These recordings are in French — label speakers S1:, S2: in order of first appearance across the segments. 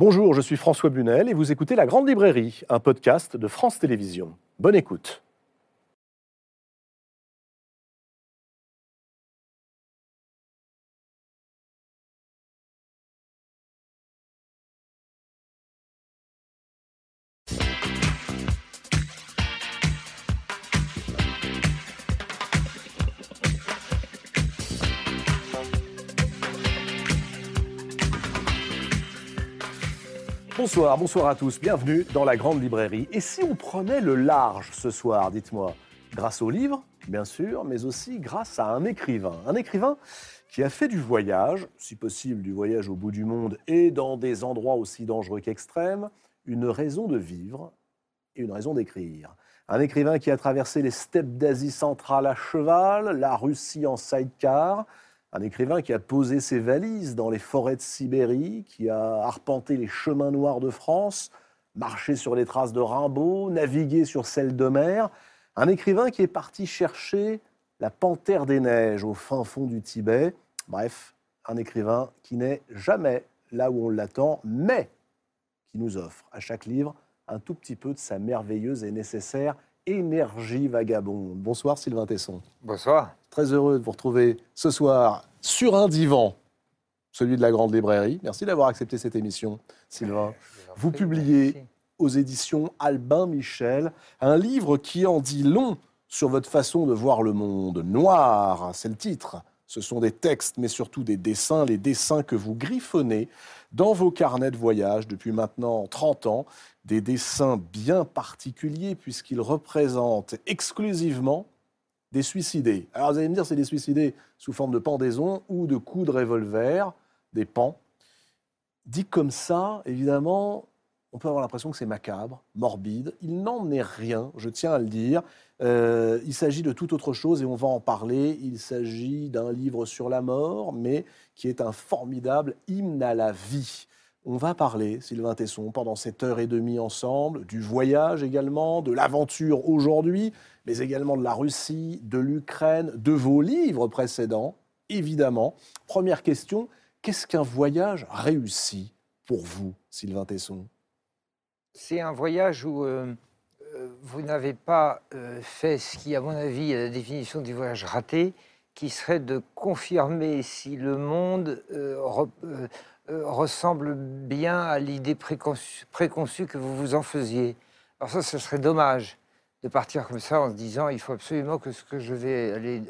S1: Bonjour, je suis François Bunel et vous écoutez La Grande Librairie, un podcast de France Télévisions. Bonne écoute. Bonsoir à tous, bienvenue dans La Grande Librairie. Et si on prenait le large ce soir, dites-moi, grâce au livre, bien sûr, mais aussi grâce à un écrivain qui a fait du voyage, si possible du voyage au bout du monde et dans des endroits aussi dangereux qu'extrêmes, une raison de vivre et une raison d'écrire. Un écrivain qui a traversé les steppes d'Asie centrale à cheval, la Russie en sidecar. Un écrivain qui a posé ses valises dans les forêts de Sibérie, qui a arpenté les chemins noirs de France, marché sur les traces de Rimbaud, navigué sur celles d'Homère. Un écrivain qui est parti chercher la panthère des neiges au fin fond du Tibet. Bref, un écrivain qui n'est jamais là où on l'attend, mais qui nous offre à chaque livre un tout petit peu de sa merveilleuse et nécessaire énergie vagabonde. Bonsoir Sylvain Tesson.
S2: Bonsoir.
S1: Très heureux de vous retrouver ce soir sur un divan, celui de la Grande Librairie. Merci d'avoir accepté cette émission, Sylvain. Vous publiez aux éditions Albin Michel un livre qui en dit long sur votre façon de voir le monde. Noir, c'est le titre. Ce sont des textes, mais surtout des dessins, les dessins que vous griffonnez dans vos carnets de voyage depuis maintenant 30 ans. Des dessins bien particuliers puisqu'ils représentent exclusivement des suicidés. Alors vous allez me dire, c'est des suicidés sous forme de pendaison ou de coups de revolver, des pans. Dit comme ça, évidemment, on peut avoir l'impression que c'est macabre, morbide. Il n'en est rien, je tiens à le dire. Il s'agit de toute autre chose et on va en parler. Il s'agit d'un livre sur la mort, mais qui est un formidable hymne à la vie. On va parler, Sylvain Tesson, pendant cette heure et demie ensemble, du voyage également, de l'aventure aujourd'hui, mais également de la Russie, de l'Ukraine, de vos livres précédents, évidemment. Première question, qu'est-ce qu'un voyage réussi pour vous, Sylvain Tesson ?
S2: C'est un voyage où vous n'avez pas fait ce qui, à mon avis, est la définition du voyage raté, qui serait de confirmer si le monde ressemble bien à l'idée préconçue que vous vous en faisiez. Alors ça, ce serait dommage de partir comme ça en se disant il faut absolument que ce que je vais aller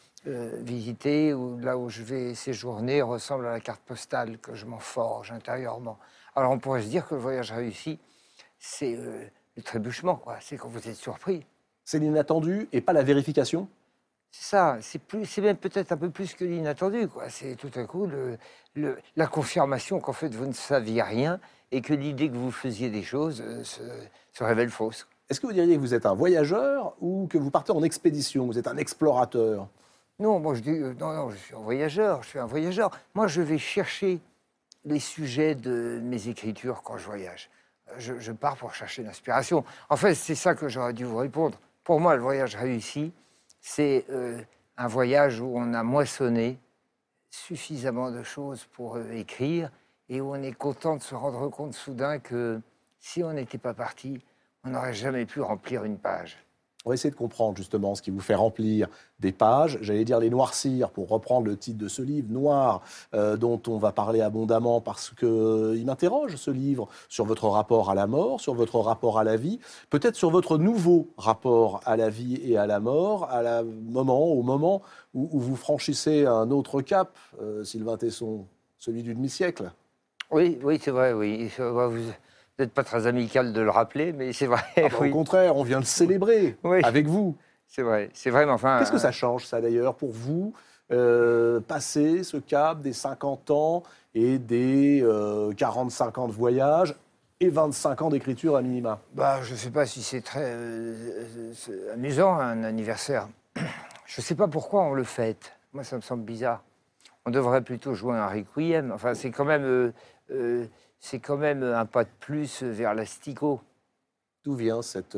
S2: visiter ou là où je vais séjourner ressemble à la carte postale que je m'en forge intérieurement. Alors on pourrait se dire que le voyage réussi, c'est le trébuchement, quoi. C'est quand vous êtes surpris.
S1: C'est l'inattendu et pas la vérification ?
S2: C'est ça, c'est même peut-être un peu plus que l'inattendu, quoi. C'est tout à coup la confirmation qu'en fait vous ne saviez rien et que l'idée que vous faisiez des choses se révèle fausse.
S1: Est-ce que vous diriez que vous êtes un voyageur ou que vous partez en expédition ? Vous êtes un explorateur ?
S2: Non, moi je dis non, je suis un voyageur. Moi, je vais chercher les sujets de mes écritures quand je voyage. Je pars pour chercher l'inspiration. En fait, c'est ça que j'aurais dû vous répondre. Pour moi, le voyage réussi, c'est un voyage où on a moissonné suffisamment de choses pour écrire et où on est content de se rendre compte soudain que si on n'était pas parti, on n'aurait jamais pu remplir une page.
S1: On va essayer de comprendre justement ce qui vous fait remplir des pages, j'allais dire les noircir, pour reprendre le titre de ce livre, Noir, dont on va parler abondamment parce qu'il m'interroge ce livre sur votre rapport à la mort, sur votre rapport à la vie, peut-être sur votre nouveau rapport à la vie et à la mort, au moment où vous franchissez un autre cap, Sylvain Tesson, celui du demi-siècle.
S2: Oui, c'est vrai, oui. Vous n'êtes pas très amical de le rappeler, mais c'est vrai.
S1: Oui. Au contraire, on vient le célébrer avec vous.
S2: C'est vrai, mais enfin...
S1: Qu'est-ce que ça change, ça, d'ailleurs, pour vous, passer ce cap des 50 ans et des 45 ans de voyage et 25 ans d'écriture à minima ?
S2: Je ne sais pas si c'est très amusant, un anniversaire. Je ne sais pas pourquoi on le fête. Moi, ça me semble bizarre. On devrait plutôt jouer un requiem. Enfin, c'est quand même un pas de plus vers l'asticot.
S1: D'où vient cette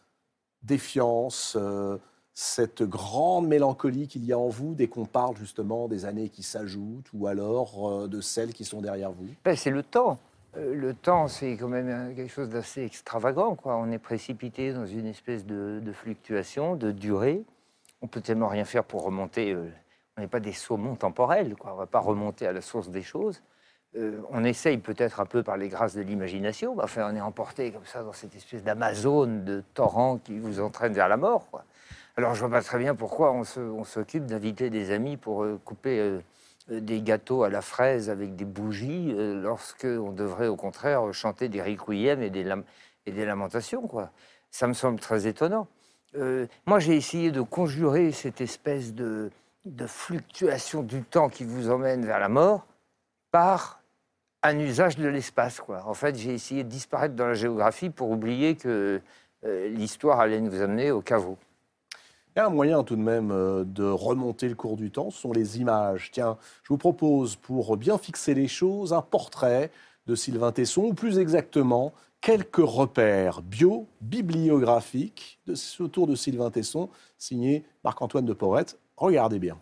S1: défiance, cette grande mélancolie qu'il y a en vous dès qu'on parle justement des années qui s'ajoutent ou alors de celles qui sont derrière vous ?
S2: C'est le temps. Le temps, c'est quand même quelque chose d'assez extravagant, quoi. On est précipité dans une espèce de fluctuation, de durée. On peut tellement rien faire pour remonter. On n'est pas des saumons temporels, quoi. On ne va pas remonter à la source des choses. On essaye peut-être un peu par les grâces de l'imagination. Enfin, on est emporté comme ça dans cette espèce d'Amazone, de torrent qui vous entraîne vers la mort, quoi. Alors, je ne vois pas très bien pourquoi on s'occupe d'inviter des amis pour couper des gâteaux à la fraise avec des bougies, lorsque on devrait au contraire chanter des requiem et des lamentations, quoi. Ça me semble très étonnant. Moi, j'ai essayé de conjurer cette espèce de fluctuation du temps qui vous emmène vers la mort par un usage de l'espace, quoi. En fait, j'ai essayé de disparaître dans la géographie pour oublier que l'histoire allait nous amener au caveau.
S1: Il y a un moyen tout de même de remonter le cours du temps, ce sont les images. Tiens, je vous propose, pour bien fixer les choses, un portrait de Sylvain Tesson, ou plus exactement, quelques repères bibliographiques autour de Sylvain Tesson, signé Marc-Antoine de Porrette. Regardez bien.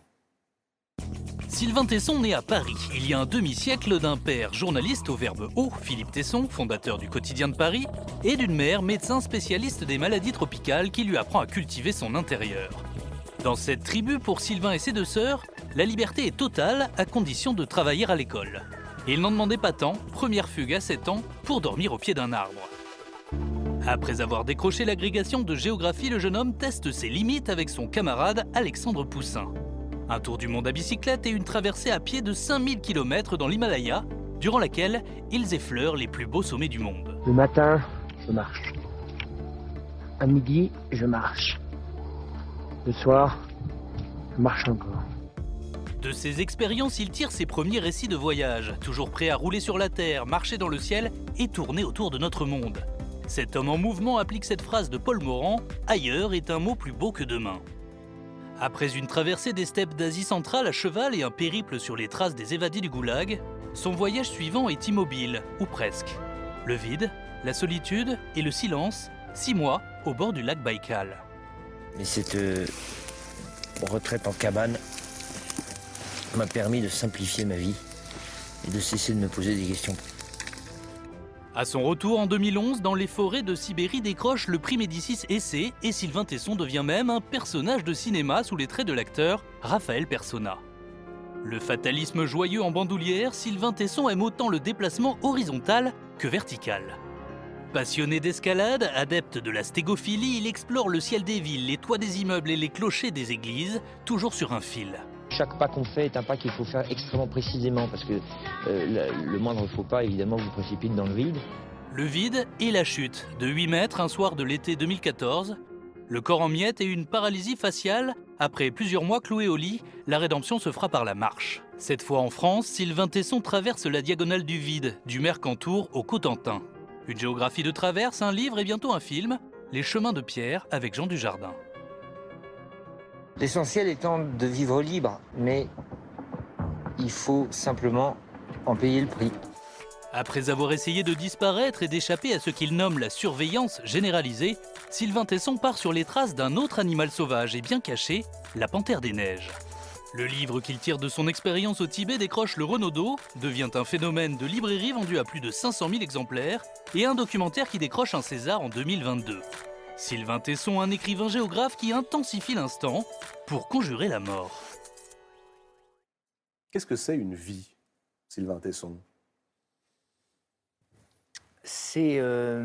S3: Sylvain Tesson naît à Paris, il y a un demi-siècle, d'un père journaliste au verbe haut, Philippe Tesson, fondateur du Quotidien de Paris, et d'une mère médecin spécialiste des maladies tropicales qui lui apprend à cultiver son intérieur. Dans cette tribu, pour Sylvain et ses deux sœurs, la liberté est totale à condition de travailler à l'école. Et il n'en demandait pas tant, première fugue à 7 ans, pour dormir au pied d'un arbre. Après avoir décroché l'agrégation de géographie, le jeune homme teste ses limites avec son camarade Alexandre Poussin. Un tour du monde à bicyclette et une traversée à pied de 5000 km dans l'Himalaya, durant laquelle ils effleurent les plus beaux sommets du monde.
S4: Le matin, je marche. À midi, je marche. Le soir, je marche encore.
S3: De ces expériences, il tire ses premiers récits de voyage, toujours prêt à rouler sur la terre, marcher dans le ciel et tourner autour de notre monde. Cet homme en mouvement applique cette phrase de Paul Morand « Ailleurs est un mot plus beau que demain ». Après une traversée des steppes d'Asie centrale à cheval et un périple sur les traces des évadés du goulag, son voyage suivant est immobile, ou presque. Le vide, la solitude et le silence, 6 mois au bord du lac Baïkal.
S5: Mais cette retraite en cabane m'a permis de simplifier ma vie et de cesser de me poser des questions.
S3: À son retour en 2011, dans les forêts de Sibérie décroche le prix Médicis Essai et Sylvain Tesson devient même un personnage de cinéma sous les traits de l'acteur Raphaël Persona. Le fatalisme joyeux en bandoulière, Sylvain Tesson aime autant le déplacement horizontal que vertical. Passionné d'escalade, adepte de la stégophilie, il explore le ciel des villes, les toits des immeubles et les clochers des églises, toujours sur un fil.
S5: Chaque pas qu'on fait est un pas qu'il faut faire extrêmement précisément parce que le moindre faux pas, évidemment, vous précipite dans le vide.
S3: Le vide et la chute de 8 mètres un soir de l'été 2014. Le corps en miettes et une paralysie faciale. Après plusieurs mois cloué au lit, la rédemption se fera par la marche. Cette fois en France, Sylvain Tesson traverse la diagonale du vide, du Mercantour au Cotentin. Une géographie de traverse, un livre et bientôt un film, Les chemins de pierre avec Jean Dujardin.
S5: L'essentiel étant de vivre libre, mais il faut simplement en payer le prix.
S3: Après avoir essayé de disparaître et d'échapper à ce qu'il nomme la surveillance généralisée, Sylvain Tesson part sur les traces d'un autre animal sauvage et bien caché, la panthère des neiges. Le livre qu'il tire de son expérience au Tibet décroche le Renaudot, devient un phénomène de librairie vendu à plus de 500 000 exemplaires et un documentaire qui décroche un César en 2022. Sylvain Tesson, un écrivain géographe qui intensifie l'instant pour conjurer la mort.
S1: Qu'est-ce que c'est une vie, Sylvain Tesson?
S2: C'est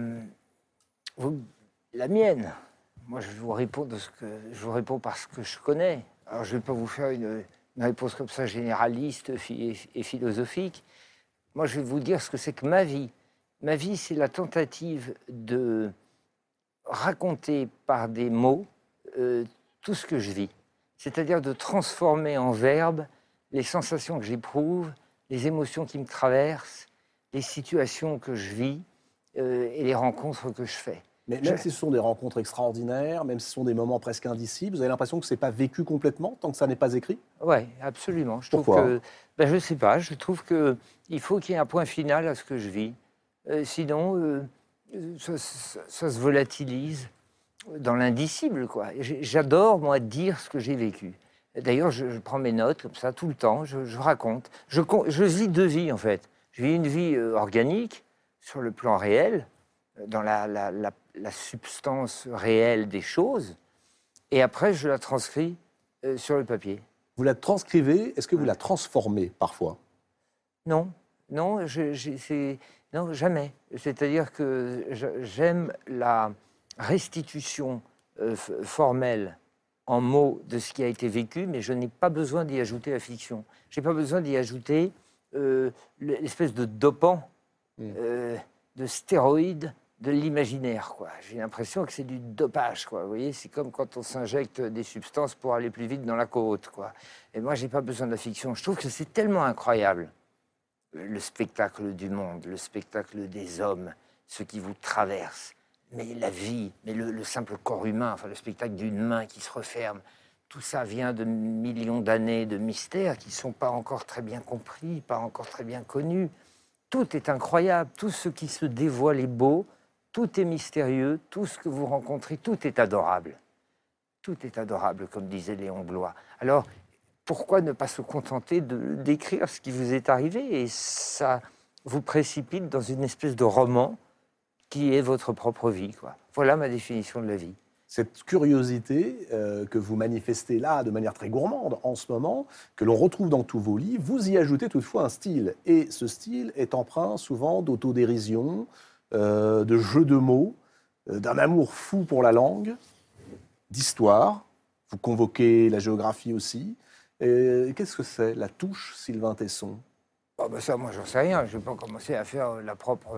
S2: la mienne. Moi, je vous réponds par ce que je connais. Alors, je ne vais pas vous faire une réponse comme ça généraliste et philosophique. Moi, je vais vous dire ce que c'est que ma vie. Ma vie, c'est la tentative de raconter par des mots tout ce que je vis. C'est-à-dire de transformer en verbe les sensations que j'éprouve, les émotions qui me traversent, les situations que je vis et les rencontres que je fais.
S1: Mais même si ce sont des rencontres extraordinaires, même si ce sont des moments presque indicibles, vous avez l'impression que ce n'est pas vécu complètement tant que ça n'est pas écrit?
S2: Oui, absolument.
S1: Pourquoi?
S2: Je ne sais pas, je trouve qu'il faut qu'il y ait un point final à ce que je vis. Sinon, ça se volatilise dans l'indicible, quoi. J'adore, moi, dire ce que j'ai vécu. D'ailleurs, je prends mes notes comme ça tout le temps, je raconte. Je vis deux vies, en fait. Je vis une vie organique, sur le plan réel, dans la substance réelle des choses, et après je la transcris sur le papier.
S1: Vous la transcrivez, est-ce que vous la transformez parfois?
S2: Non, non, non, jamais. C'est-à-dire que j'aime la restitution formelle en mots de ce qui a été vécu, mais je n'ai pas besoin d'y ajouter la fiction. Je n'ai pas besoin d'y ajouter l'espèce de dopant, de stéroïde de l'imaginaire, quoi. J'ai l'impression que c'est du dopage, quoi. Vous voyez, c'est comme quand on s'injecte des substances pour aller plus vite dans la côte, quoi. Et moi, j'ai pas besoin de la fiction. Je trouve que c'est tellement incroyable, le spectacle du monde, le spectacle des hommes, ce qui vous traverse, mais la vie, mais le simple corps humain, enfin le spectacle d'une main qui se referme. Tout ça vient de millions d'années de mystères qui ne sont pas encore très bien compris, pas encore très bien connus. Tout est incroyable, tout ce qui se dévoile est beau, tout est mystérieux, tout ce que vous rencontrez, tout est adorable. Tout est adorable, comme disait Léon Bloy. Alors, pourquoi ne pas se contenter d'écrire ce qui vous est arrivé? Et ça vous précipite dans une espèce de roman qui est votre propre vie, quoi. Voilà ma définition de la vie.
S1: Cette curiosité que vous manifestez là de manière très gourmande en ce moment, que l'on retrouve dans tous vos livres, vous y ajoutez toutefois un style. Et ce style est empreint souvent d'autodérision, de jeux de mots, d'un amour fou pour la langue, d'histoire. Vous convoquez la géographie aussi. Qu'est-ce que c'est, la touche Sylvain Tesson?
S2: Oh ben ça, moi, j'en sais rien. Je ne vais pas commencer à faire la propre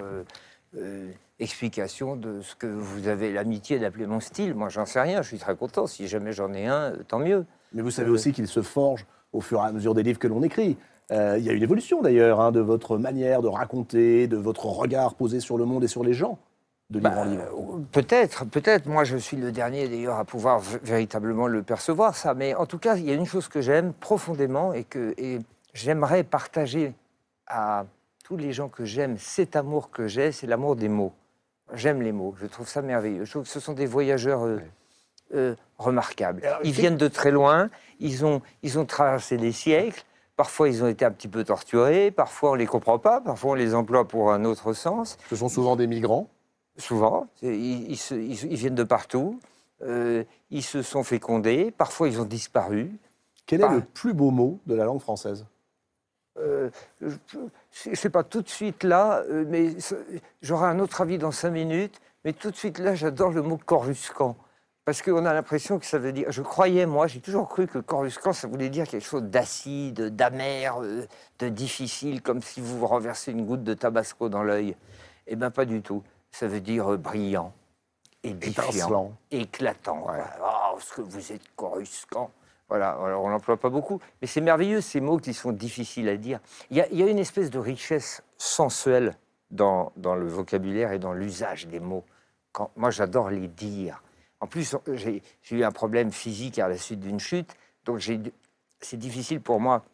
S2: explication de ce que vous avez l'amitié d'appeler mon style. Moi, j'en sais rien. Je suis très content. Si jamais j'en ai un, tant mieux.
S1: Mais vous savez aussi qu'il se forge au fur et à mesure des livres que l'on écrit. Il y a une évolution d'ailleurs de votre manière de raconter, de votre regard posé sur le monde et sur les gens, de livre en livre.
S2: Peut-être. Moi, je suis le dernier d'ailleurs à pouvoir véritablement le percevoir, ça. Mais en tout cas, il y a une chose que j'aime profondément et j'aimerais partager à tous les gens que j'aime. Cet amour que j'ai, c'est l'amour des mots. J'aime les mots. Je trouve ça merveilleux. Je trouve que ce sont des voyageurs remarquables.
S1: Alors,
S2: ils viennent de très loin. Ils ont traversé des siècles. Parfois, ils ont été un petit peu torturés. Parfois, on ne les comprend pas. Parfois, on les emploie pour un autre sens.
S1: Ce sont souvent des migrants.
S2: Souvent. Ils viennent de partout. Ils se sont fécondés. Parfois, ils ont disparu.
S1: Quel est le plus beau mot de la langue française?
S2: Je ne sais pas tout de suite là, mais j'aurai un autre avis dans 5 minutes. Mais tout de suite là, j'adore le mot coruscant. Parce qu'on a l'impression que ça veut dire... Je croyais, moi, j'ai toujours cru que coruscant, ça voulait dire quelque chose d'acide, d'amer, de difficile, comme si vous renversez une goutte de tabasco dans l'œil. Eh bien, pas du tout. Ça veut dire brillant, édifiant, éclatant.
S1: Ouais.
S2: Oh, ce que vous êtes coruscant. Voilà, alors on n'emploie pas beaucoup. Mais c'est merveilleux, ces mots qui sont difficiles à dire. Il y a une espèce de richesse sensuelle dans le vocabulaire et dans l'usage des mots. Moi, j'adore les dire. En plus, j'ai eu un problème physique à la suite d'une chute, donc c'est difficile pour moi.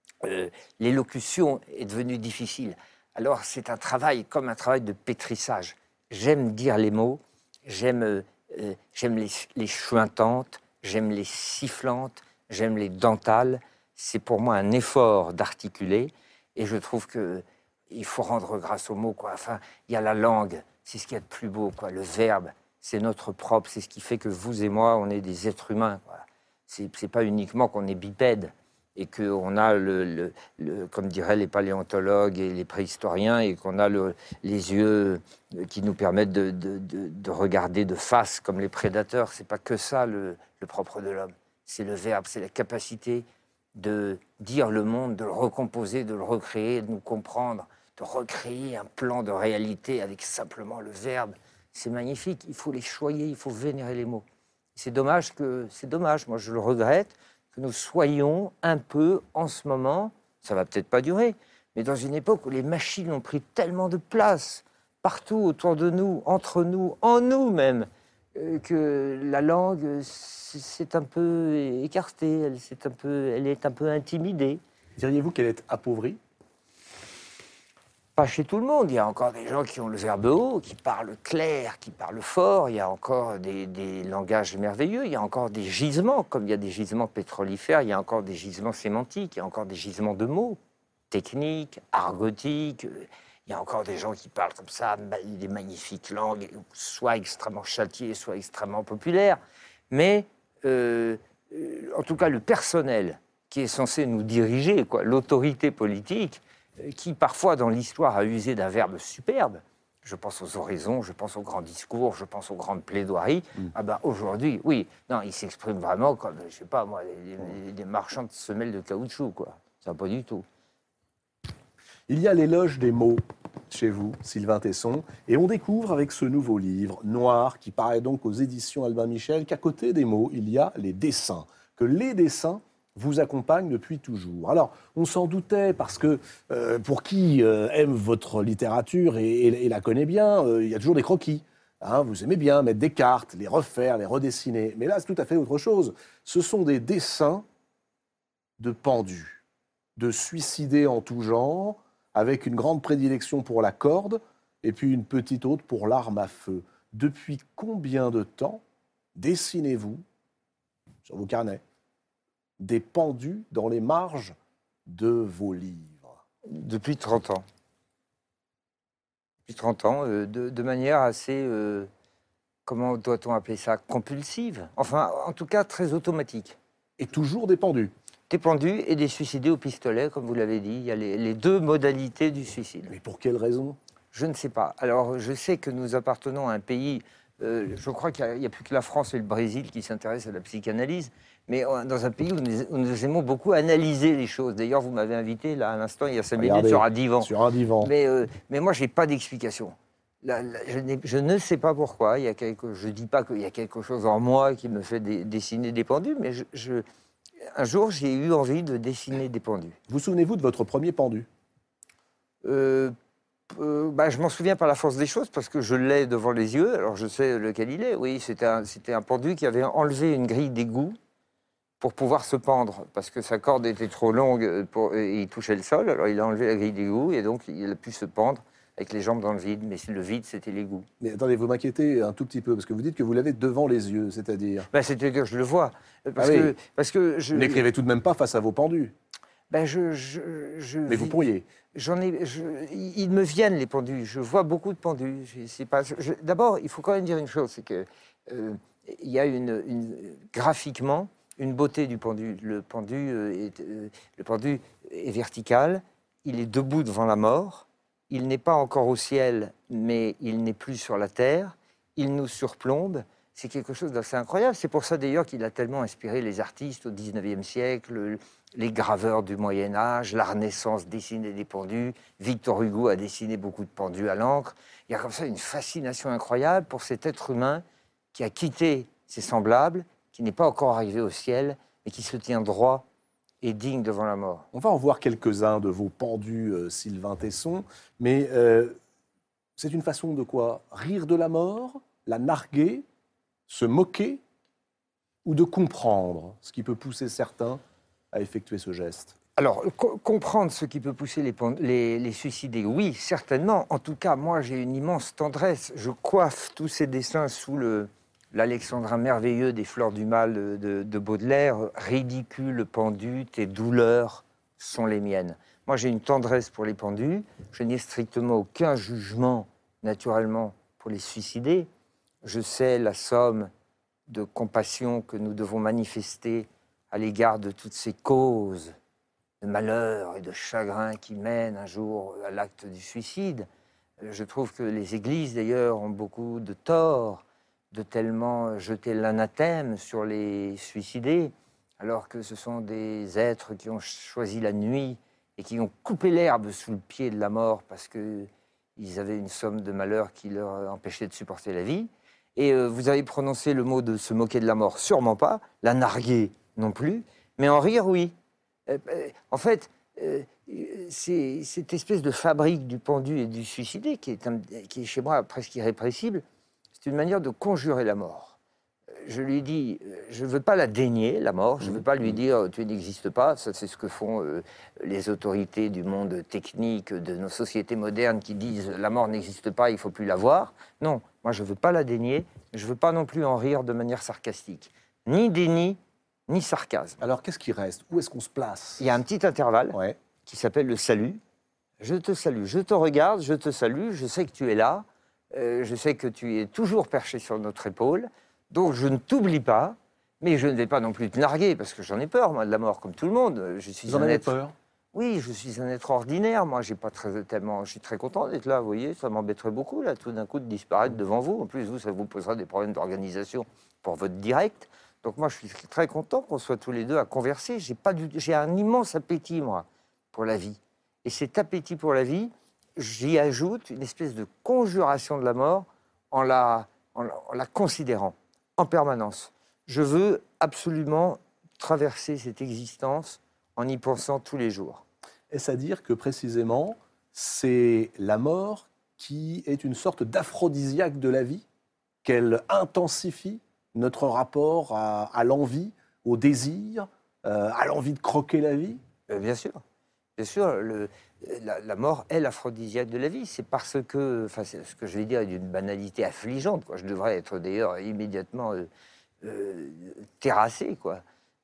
S2: L'élocution est devenue difficile. Alors, c'est un travail comme un travail de pétrissage. J'aime dire les mots, j'aime les chuintantes, j'aime les sifflantes, j'aime les dentales. C'est pour moi un effort d'articuler, et je trouve qu'il faut rendre grâce aux mots, quoi. Enfin, il y a la langue, c'est ce qu'il y a de plus beau, quoi. Le verbe, c'est notre propre, c'est ce qui fait que vous et moi, on est des êtres humains, quoi. C'est pas uniquement qu'on est bipède et qu'on a, comme diraient les paléontologues et les préhistoriens, et qu'on a les yeux qui nous permettent de regarder de face comme les prédateurs. C'est pas que ça le propre de l'homme. C'est le verbe, c'est la capacité de dire le monde, de le recomposer, de le recréer, de nous comprendre, de recréer un plan de réalité avec simplement le verbe. C'est magnifique, il faut les choyer, il faut vénérer les mots. C'est dommage, moi je le regrette, que nous soyons un peu en ce moment, ça va peut-être pas durer, mais dans une époque où les machines ont pris tellement de place, partout autour de nous, entre nous, en nous même, que la langue c'est un peu écartée, elle est un peu intimidée.
S1: Diriez-vous qu'elle est appauvrie?
S2: Pas chez tout le monde. Il y a encore des gens qui ont le verbe haut, qui parlent clair, qui parlent fort. Il y a encore des langages merveilleux. Il y a encore des gisements, comme il y a des gisements pétrolifères. Il y a encore des gisements sémantiques. Il y a encore des gisements de mots techniques, argotiques. Il y a encore des gens qui parlent comme ça, des magnifiques langues, soit extrêmement châtiées, soit extrêmement populaires. Mais, en tout cas, le personnel qui est censé nous diriger, l'autorité politique, qui parfois dans l'histoire a usé d'un verbe superbe, je pense aux oraisons, je pense aux grands discours, je pense aux grandes plaidoiries. Ah ben aujourd'hui, oui, non, ils s'expriment vraiment comme, je sais pas moi, des marchands de semelles de caoutchouc, quoi. Ça pas du tout.
S1: Il y a l'éloge des mots chez vous, Sylvain Tesson, et on découvre avec ce nouveau livre, Noir, qui paraît donc aux éditions Albin Michel, qu'à côté des mots, il y a les dessins, que les dessins vous accompagnent depuis toujours. Alors, on s'en doutait, parce que pour qui aime votre littérature et la connaît bien, il y a toujours des croquis. Hein, vous aimez bien mettre des cartes, les refaire, les redessiner. Mais là, c'est tout à fait autre chose. Ce sont des dessins de pendus, de suicidés en tout genre, avec une grande prédilection pour la corde et puis une petite autre pour l'arme à feu. Depuis combien de temps dessinez-vous, sur vos carnets, des pendus dans les marges de vos livres?
S2: Depuis 30 ans. Depuis 30 ans, de manière assez, comment doit-on appeler ça, compulsive. Enfin, en tout cas, très automatique.
S1: Et toujours des pendus?
S2: Des pendus et des suicidés au pistolet, comme vous l'avez dit. Il y a les deux modalités du suicide.
S1: Mais pour quelle raison?
S2: Je ne sais pas. Alors, je sais que nous appartenons à un pays, je crois qu'il n'y a plus que la France et le Brésil qui s'intéressent à la psychanalyse, mais dans un pays où nous aimons beaucoup analyser les choses. D'ailleurs, vous m'avez invité, là, à l'instant, il y a 5 minutes, sur un divan.
S1: Sur un divan.
S2: Mais moi, je n'ai pas d'explication. Je ne sais pas pourquoi. Je ne dis pas qu'il y a quelque chose en moi qui me fait dessiner des pendus, mais un jour, j'ai eu envie de dessiner des pendus.
S1: Vous souvenez-vous de votre premier pendu?
S2: Je m'en souviens par la force des choses, parce que je l'ai devant les yeux, alors je sais lequel il est. Oui, c'était un pendu qui avait enlevé une grille d'égout pour pouvoir se pendre, parce que sa corde était trop longue et il touchait le sol, alors il a enlevé la grille d'égout, et donc il a pu se pendre avec les jambes dans le vide, mais le vide, c'était l'égout.
S1: Mais attendez, vous m'inquiétez un tout petit peu, parce que vous dites que vous l'avez devant les yeux, c'est-à-dire?
S2: C'est-à-dire que je le vois. Parce que
S1: vous n'écrivez tout de même pas face à vos pendus?
S2: Mais
S1: vous pourriez.
S2: Ils me viennent, les pendus. Je vois beaucoup de pendus. D'abord, il faut quand même dire une chose, c'est que il y a graphiquement une beauté du pendu. Le pendu est vertical, il est debout devant la mort, il n'est pas encore au ciel, mais il n'est plus sur la terre, il nous surplombe. C'est quelque chose d'assez incroyable. C'est pour ça d'ailleurs qu'il a tellement inspiré les artistes au XIXe siècle, les graveurs du Moyen-Âge, la Renaissance dessinait des pendus, Victor Hugo a dessiné beaucoup de pendus à l'encre. Il y a comme ça une fascination incroyable pour cet être humain qui a quitté ses semblables, qui n'est pas encore arrivé au ciel, mais qui se tient droit et digne devant la mort.
S1: On va en voir quelques-uns de vos pendus, Sylvain Tesson, mais c'est une façon de quoi? Rire de la mort, la narguer, se moquer, ou de comprendre ce qui peut pousser certains à effectuer ce geste?
S2: Alors, comprendre ce qui peut pousser les suicidés, oui, certainement. En tout cas, moi, j'ai une immense tendresse. Je coiffe tous ces dessins sous l'alexandrin merveilleux des Fleurs du Mal de Baudelaire. Ridicule pendu, tes douleurs sont les miennes. Moi, j'ai une tendresse pour les pendus. Je n'ai strictement aucun jugement, naturellement, pour les suicidés. Je sais la somme de compassion que nous devons manifester à l'égard de toutes ces causes de malheur et de chagrin qui mènent un jour à l'acte du suicide. Je trouve que les églises, d'ailleurs, ont beaucoup de tort de tellement jeter l'anathème sur les suicidés, alors que ce sont des êtres qui ont choisi la nuit et qui ont coupé l'herbe sous le pied de la mort parce qu'ils avaient une somme de malheur qui leur empêchait de supporter la vie. Et vous avez prononcé le mot de se moquer de la mort, sûrement pas, la narguer non plus, mais en rire, oui. En fait, c'est cette espèce de fabrique du pendu et du suicidé qui est chez moi presque irrépressible. C'est une manière de conjurer la mort. Je lui dis, je ne veux pas la dénier, la mort, je ne veux pas lui dire tu n'existes pas, ça c'est ce que font les autorités du monde technique, de nos sociétés modernes qui disent la mort n'existe pas, il ne faut plus la voir. Non, moi je ne veux pas la dénier, je ne veux pas non plus en rire de manière sarcastique. Ni déni, ni sarcasme.
S1: Alors qu'est-ce qui reste? Où est-ce qu'on se place?
S2: Il y a un petit intervalle qui s'appelle le salut, Je te salue, je te regarde, je te salue, je sais que tu es là, je sais que tu es toujours perché sur notre épaule, donc je ne t'oublie pas, mais je ne vais pas non plus te narguer, parce que j'en ai peur, moi, de la mort, comme tout le monde.
S1: Vous en avez peur?
S2: Oui, je suis un être ordinaire, moi, je suis très content d'être là, vous voyez, ça m'embêterait beaucoup, là, tout d'un coup, de disparaître devant vous. En plus, vous, ça vous posera des problèmes d'organisation pour votre direct. Donc moi, je suis très content qu'on soit tous les deux à converser. J'ai un immense appétit, moi, pour la vie. Et cet appétit pour la vie, j'y ajoute une espèce de conjuration de la mort en la considérant en permanence. Je veux absolument traverser cette existence en y pensant tous les jours.
S1: Est-ce à dire que précisément, c'est la mort qui est une sorte d'aphrodisiaque de la vie, qu'elle intensifie notre rapport à l'envie, au désir, à l'envie de croquer la vie?
S2: Bien sûr. Bien sûr, la mort est l'aphrodisiaque de la vie. C'est parce que, enfin, ce que je vais dire est d'une banalité affligeante, quoi. Je devrais être d'ailleurs immédiatement terrassé, quoi,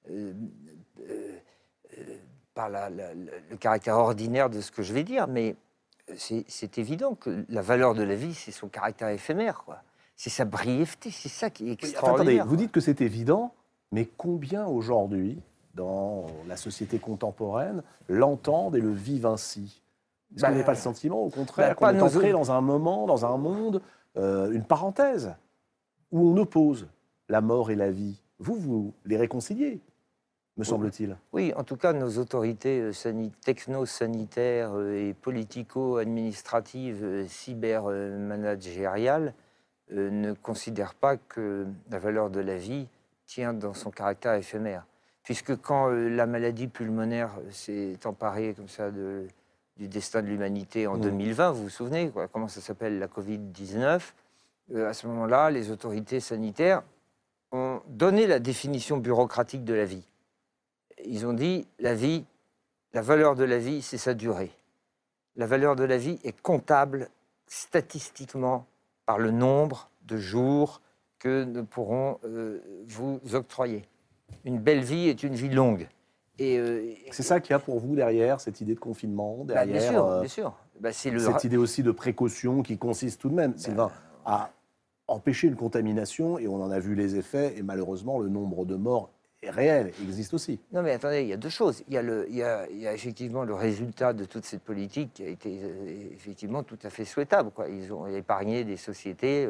S2: par le caractère ordinaire de ce que je vais dire. Mais c'est évident que la valeur de la vie, c'est son caractère éphémère, quoi. C'est sa brièveté, c'est ça qui est extraordinaire.
S1: Attendez, vous dites que c'est évident, mais combien aujourd'hui, dans la société contemporaine, l'entendent et le vivent ainsi? Est-ce que vous n'avez pas le sentiment, au contraire, qu'on est entré dans un moment, dans un monde, une parenthèse, où on oppose la mort et la vie? Vous les réconciliez, me semble-t-il.
S2: Oui, en tout cas, nos autorités techno-sanitaires et politico-administratives, cyber-managériales, ne considèrent pas que la valeur de la vie tient dans son caractère éphémère. Puisque quand la maladie pulmonaire s'est emparée comme ça du destin de l'humanité en 2020, vous vous souvenez, quoi, comment ça s'appelle, la Covid-19, à ce moment-là, les autorités sanitaires ont donné la définition bureaucratique de la vie. Ils ont dit, la valeur de la vie, c'est sa durée. La valeur de la vie est comptable statistiquement par le nombre de jours que nous pourrons vous octroyer. Une belle vie est une vie longue.
S1: C'est ça qu'il y a pour vous derrière, cette idée de confinement, derrière
S2: bien sûr.
S1: Cette idée aussi de précaution qui consiste tout de même, Sylvain, à empêcher une contamination, et on en a vu les effets, et malheureusement, le nombre de morts est réel, existe aussi.
S2: Non mais attendez, il y a deux choses. Il y a effectivement le résultat de toute cette politique qui a été effectivement tout à fait souhaitable, quoi. Ils ont épargné des sociétés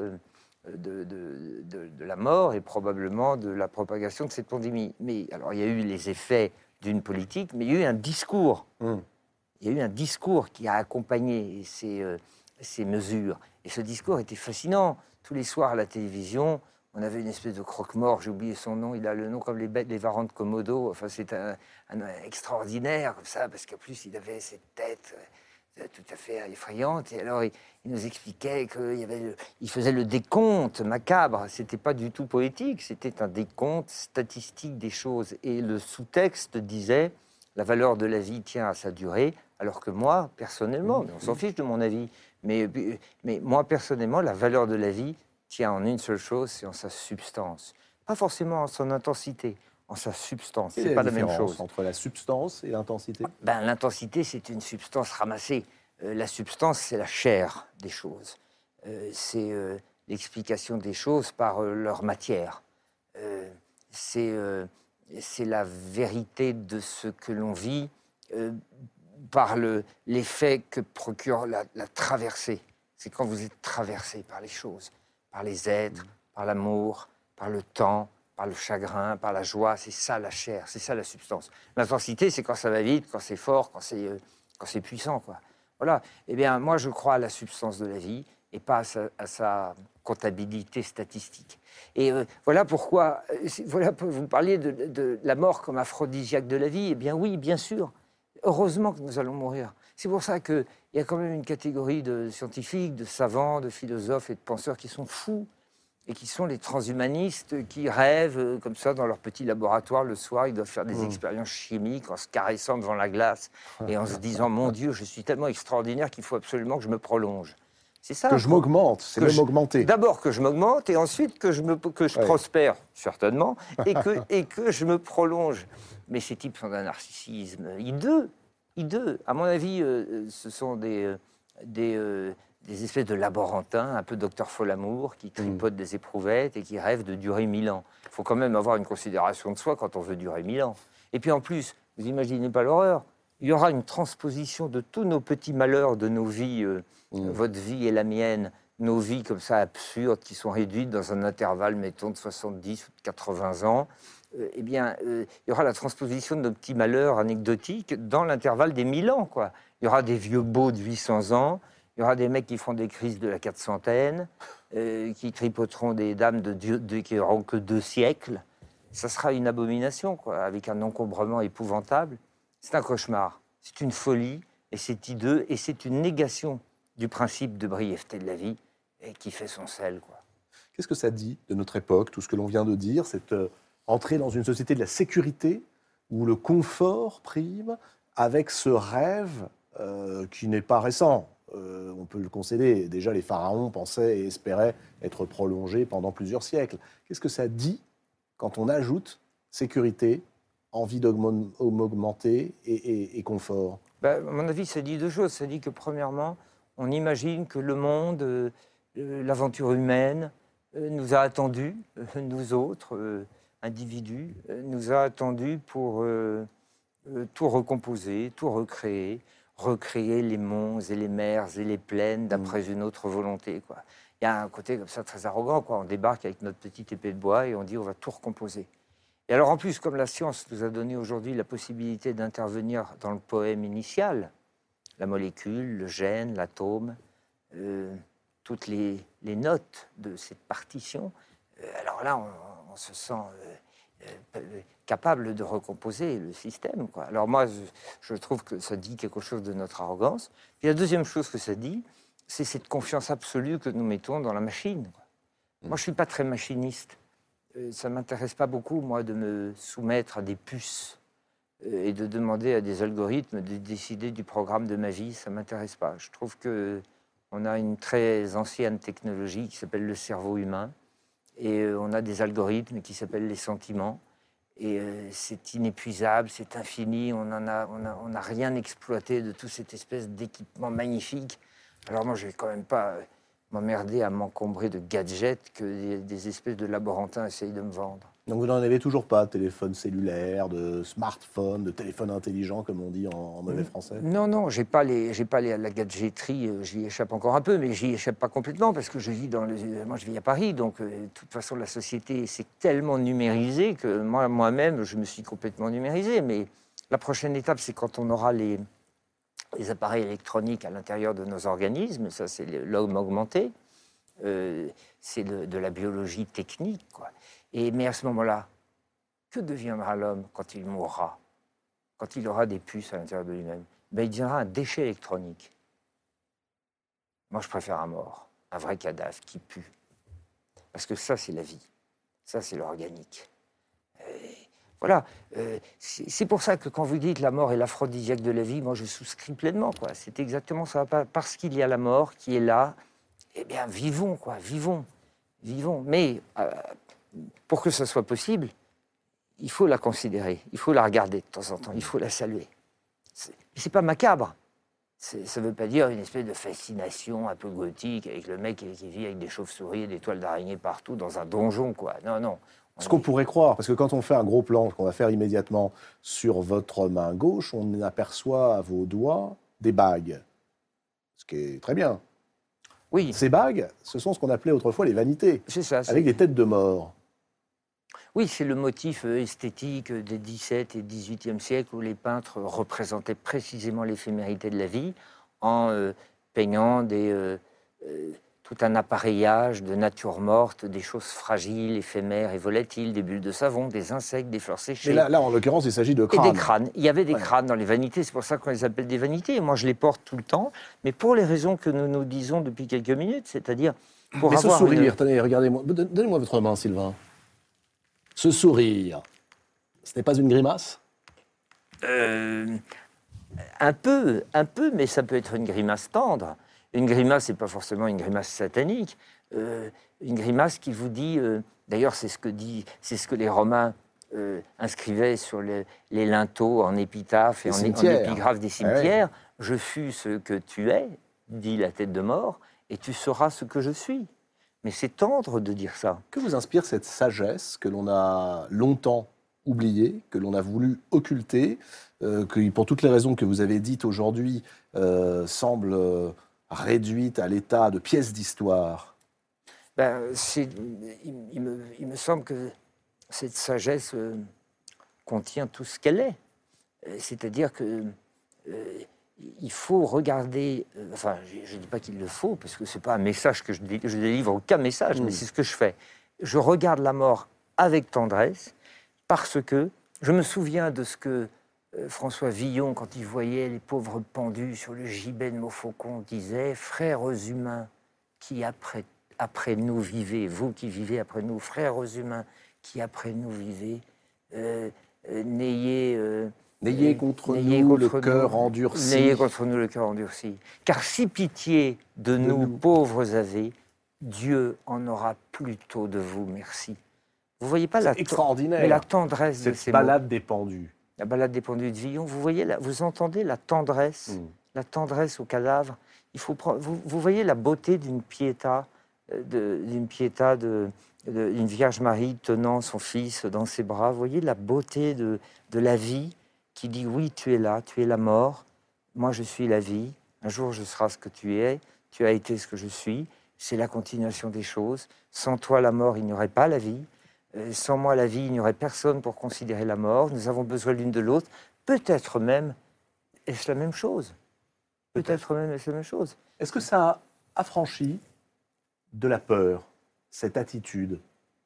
S2: de la mort et probablement de la propagation de cette pandémie. Mais alors il y a eu les effets d'une politique, mais il y a eu un discours. Il y a eu un discours qui a accompagné ces mesures. Et ce discours était fascinant. Tous les soirs à la télévision, on avait une espèce de croque-mort, j'ai oublié son nom, il a le nom comme les bêtes, les varans de Komodo. Enfin, c'est un extraordinaire, comme ça, parce qu'en plus, il avait cette tête tout à fait effrayante. Et alors, il nous expliquait qu'il faisait le décompte macabre. C'était pas du tout poétique, c'était un décompte statistique des choses. Et le sous-texte disait, la valeur de la vie tient à sa durée, alors que moi, personnellement, on s'en fiche de mon avis, mais moi, personnellement, la valeur de la vie tient en une seule chose, c'est en sa substance. Pas forcément en son intensité, en sa substance. C'est pas la même chose.
S1: Entre la substance et l'intensité?
S2: L'intensité, c'est une substance ramassée. La substance, c'est la chair des choses. C'est l'explication des choses par leur matière. C'est la vérité de ce que l'on vit par l'effet que procure la traversée. C'est quand vous êtes traversé par les choses, par les êtres, par l'amour, par le temps, par le chagrin, par la joie. C'est ça la chair, c'est ça la substance. L'intensité, c'est quand ça va vite, quand c'est fort, quand c'est puissant, quoi. Voilà. Eh bien, moi, je crois à la substance de la vie et pas à sa comptabilité statistique. Et voilà pourquoi, vous me parliez de la mort comme aphrodisiaque de la vie. Eh bien oui, bien sûr. Heureusement que nous allons mourir. C'est pour ça qu'il y a quand même une catégorie de scientifiques, de savants, de philosophes et de penseurs qui sont fous et qui sont les transhumanistes qui rêvent comme ça dans leur petit laboratoire le soir. Ils doivent faire des expériences chimiques en se caressant devant la glace et en se disant « Mon Dieu, je suis tellement extraordinaire qu'il faut absolument que je me prolonge ». C'est ça.
S1: Que je m'augmente, c'est même augmenter.
S2: D'abord que je m'augmente et ensuite que je prospère, certainement, et que je me prolonge. Mais ces types sont d'un narcissisme hideux. hideux. À mon avis, ce sont des espèces de laborantins, un peu docteur Folamour, qui tripotent des éprouvettes et qui rêvent de durer 1000 ans. Il faut quand même avoir une considération de soi quand on veut durer 1000 ans. Et puis en plus, vous imaginez pas l'horreur, il y aura une transposition de tous nos petits malheurs de nos vies, votre vie et la mienne, nos vies comme ça absurdes, qui sont réduites dans un intervalle, mettons, de 70 ou de 80 ans. Eh bien, il y aura la transposition de nos petits malheurs anecdotiques dans l'intervalle des 1000 ans, quoi. Il y aura des vieux beaux de 800 ans, il y aura des mecs qui feront des crises de la 400aine, qui tripoteront des dames qui n'auront que 2 siècles. Ça sera une abomination, quoi, avec un encombrement épouvantable. C'est un cauchemar, c'est une folie, et c'est hideux, et c'est une négation du principe de brièveté de la vie, et qui fait son sel, quoi.
S1: Qu'est-ce que ça dit de notre époque, tout ce que l'on vient de dire, cette entrée dans une société de la sécurité, où le confort prime, avec ce rêve qui n'est pas récent. On peut le concéder. Déjà, les pharaons pensaient et espéraient être prolongés pendant plusieurs siècles. Qu'est-ce que ça dit quand on ajoute sécurité, envie d'augmenter et confort?
S2: À mon avis, ça dit 2 choses. Ça dit que, premièrement, on imagine que le monde, l'aventure humaine, nous a attendus, nous autres, individus, nous a attendus pour tout recomposer, tout recréer les monts et les mers et les plaines d'après une autre volonté, quoi. Il y a un côté comme ça très arrogant, quoi. On débarque avec notre petite épée de bois et on dit on va tout recomposer. Et alors en plus, comme la science nous a donné aujourd'hui la possibilité d'intervenir dans le poème initial, la molécule, le gène, l'atome, toutes les notes de cette partition, alors là on se sent capable de recomposer le système, quoi. Alors moi, je trouve que ça dit quelque chose de notre arrogance. Puis la deuxième chose que ça dit, c'est cette confiance absolue que nous mettons dans la machine, quoi. Moi, je ne suis pas très machiniste. Ça ne m'intéresse pas beaucoup, moi, de me soumettre à des puces et de demander à des algorithmes de décider du programme de ma vie. Ça ne m'intéresse pas. Je trouve qu'on a une très ancienne technologie qui s'appelle le cerveau humain. Et on a des algorithmes qui s'appellent les sentiments. Et c'est inépuisable, c'est infini. On n'a rien exploité de toute cette espèce d'équipement magnifique. Alors moi, je ne vais quand même pas m'emmerder à m'encombrer de gadgets que des espèces de laborantins essayent de me vendre.
S1: Donc vous n'en avez toujours pas de téléphone cellulaire, de smartphone, de téléphone intelligent, comme on dit en mauvais français?
S2: Non, j'ai pas la gadgeterie, j'y échappe encore un peu, mais j'y échappe pas complètement parce que je vis moi je vis à Paris, donc de toute façon la société s'est tellement numérisée que moi-même je me suis complètement numérisé. Mais la prochaine étape, c'est quand on aura les appareils électroniques à l'intérieur de nos organismes. Ça, c'est l'homme augmenté, c'est de la biologie technique, quoi. Mais à ce moment-là, que deviendra l'homme quand il mourra, quand il aura des puces à l'intérieur de lui-même? Il deviendra un déchet électronique. Moi, je préfère un mort, un vrai cadavre qui pue. Parce que ça, c'est la vie. Ça, c'est l'organique. Voilà. C'est pour ça que quand vous dites la mort est l'aphrodisiaque de la vie, moi, je souscris pleinement, quoi. C'est exactement ça. Parce qu'il y a la mort qui est là, eh bien, vivons, quoi. Vivons. Mais pour que ça soit possible, il faut la considérer, il faut la regarder de temps en temps, il faut la saluer. C'est pas macabre. Ça ne veut pas dire une espèce de fascination un peu gothique avec le mec qui vit avec des chauves-souris et des toiles d'araignée partout dans un donjon, quoi. Non.
S1: Ce qu'on pourrait croire, parce que quand on fait un gros plan, qu'on va faire immédiatement sur votre main gauche, on aperçoit à vos doigts des bagues, ce qui est très bien.
S2: Oui.
S1: Ces bagues, ce sont ce qu'on appelait autrefois les vanités,
S2: C'est ça.
S1: avec des têtes de mort.
S2: Oui, c'est le motif esthétique des XVIIe et XVIIIe siècles où les peintres représentaient précisément l'éphémérité de la vie en peignant tout un appareillage de nature morte, des choses fragiles, éphémères et volatiles, des bulles de savon, des insectes, des fleurs séchées.
S1: Mais là, en l'occurrence, il s'agit de crânes.
S2: Et des crânes. Il y avait des crânes dans les vanités, c'est pour ça qu'on les appelle des vanités. Moi, je les porte tout le temps, mais pour les raisons que nous nous disons depuis quelques minutes, c'est-à-dire pour
S1: Mais
S2: avoir
S1: ce sourire, tenez, regardez-moi, donnez-moi votre main, Sylvain. Ce sourire, ce n'est pas une grimace?
S2: Un peu, mais ça peut être une grimace tendre. Une grimace, c'est pas forcément une grimace satanique. Une grimace qui vous dit, d'ailleurs, c'est ce que les Romains inscrivait sur les linteaux en épitaphe et en épigraphe des cimetières. Je fus ce que tu es, dit la tête de mort, et tu seras ce que je suis. Mais c'est tendre de dire ça.
S1: Que vous inspire cette sagesse que l'on a longtemps oubliée, que l'on a voulu occulter, qui, pour toutes les raisons que vous avez dites aujourd'hui, semble réduite à l'état de pièce d'histoire?
S2: Il me semble que cette sagesse contient tout ce qu'elle est. C'est-à-dire que il faut regarder... enfin, je ne dis pas qu'il le faut, parce que ce n'est pas un message que je délivre, aucun message, mais c'est ce que je fais. Je regarde la mort avec tendresse, parce que je me souviens de ce que François Villon, quand il voyait les pauvres pendus sur le gibet de Montfaucon, disait « Frères humains qui après nous vivez, vous qui vivez après nous, frères humains qui après nous vivez, n'ayez contre nous le cœur endurci. N'ayez contre nous le cœur endurci. Car si pitié de nous pauvres avez, Dieu en aura plutôt de vous, merci. » Vous voyez pas
S1: extraordinaire.
S2: Mais la tendresse de ces
S1: balade
S2: mots.
S1: des pendus.
S2: La balade des pendus de Villon. Vous voyez, vous entendez la tendresse au cadavre. Il faut prendre, vous voyez la beauté d'une piéta, d'une Vierge Marie tenant son fils dans ses bras. Vous voyez la beauté de la vie qui dit oui, tu es là, tu es la mort. Moi, je suis la vie. Un jour, je serai ce que tu es. Tu as été ce que je suis. C'est la continuation des choses. Sans toi, la mort, il n'y aurait pas la vie. Sans moi, la vie, il n'y aurait personne pour considérer la mort. Nous avons besoin l'une de l'autre. Peut-être même, est-ce la même chose? Peut-être même, est-ce la même chose?
S1: Est-ce que ça a affranchi de la peur, cette attitude?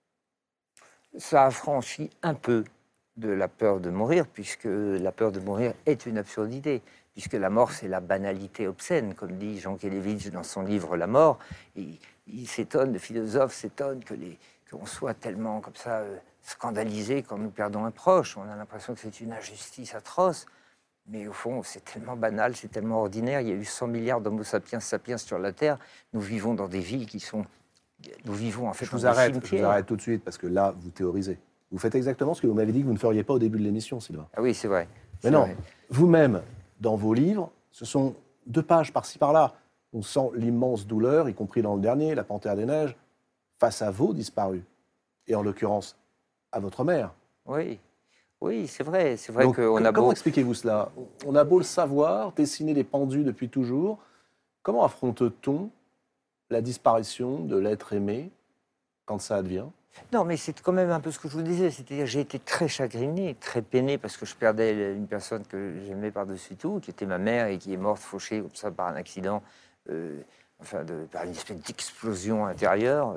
S2: Ça affranchit un peu de la peur de mourir, puisque la peur de mourir est une absurdité, puisque la mort, c'est la banalité obscène, comme dit Jean Kelevitch dans son livre « La mort ». Il s'étonne, le philosophe s'étonne qu'on soit tellement comme ça scandalisé quand nous perdons un proche. On a l'impression que c'est une injustice atroce. Mais au fond, c'est tellement banal, c'est tellement ordinaire. Il y a eu 100 milliards d'homo sapiens sapiens sur la Terre. Nous vivons dans des villes qui sont... Nous vivons en fait
S1: je vous arrête tout de suite, parce que là, vous théorisez. Vous faites exactement ce que vous m'avez dit que vous ne feriez pas au début de l'émission, Sylvain.
S2: Ah oui, c'est vrai.
S1: Mais non, vous-même, dans vos livres, ce sont 2 pages par-ci par-là. On sent l'immense douleur, y compris dans le dernier, La Panthère des Neiges, face à vos disparus. Et en l'occurrence, à votre mère.
S2: Oui. Oui, c'est vrai. C'est vrai
S1: Donc,
S2: qu'on a
S1: comment expliquez-vous cela? On a beau le savoir, dessiner les pendus depuis toujours. Comment affronte-t-on la disparition de l'être aimé quand ça advient?
S2: Non, mais c'est quand même un peu ce que je vous disais. C'est-à-dire j'ai été très chagriné, très peiné, parce que je perdais une personne que j'aimais par-dessus tout, qui était ma mère et qui est morte fauchée comme ça par un accident, par une espèce d'explosion intérieure.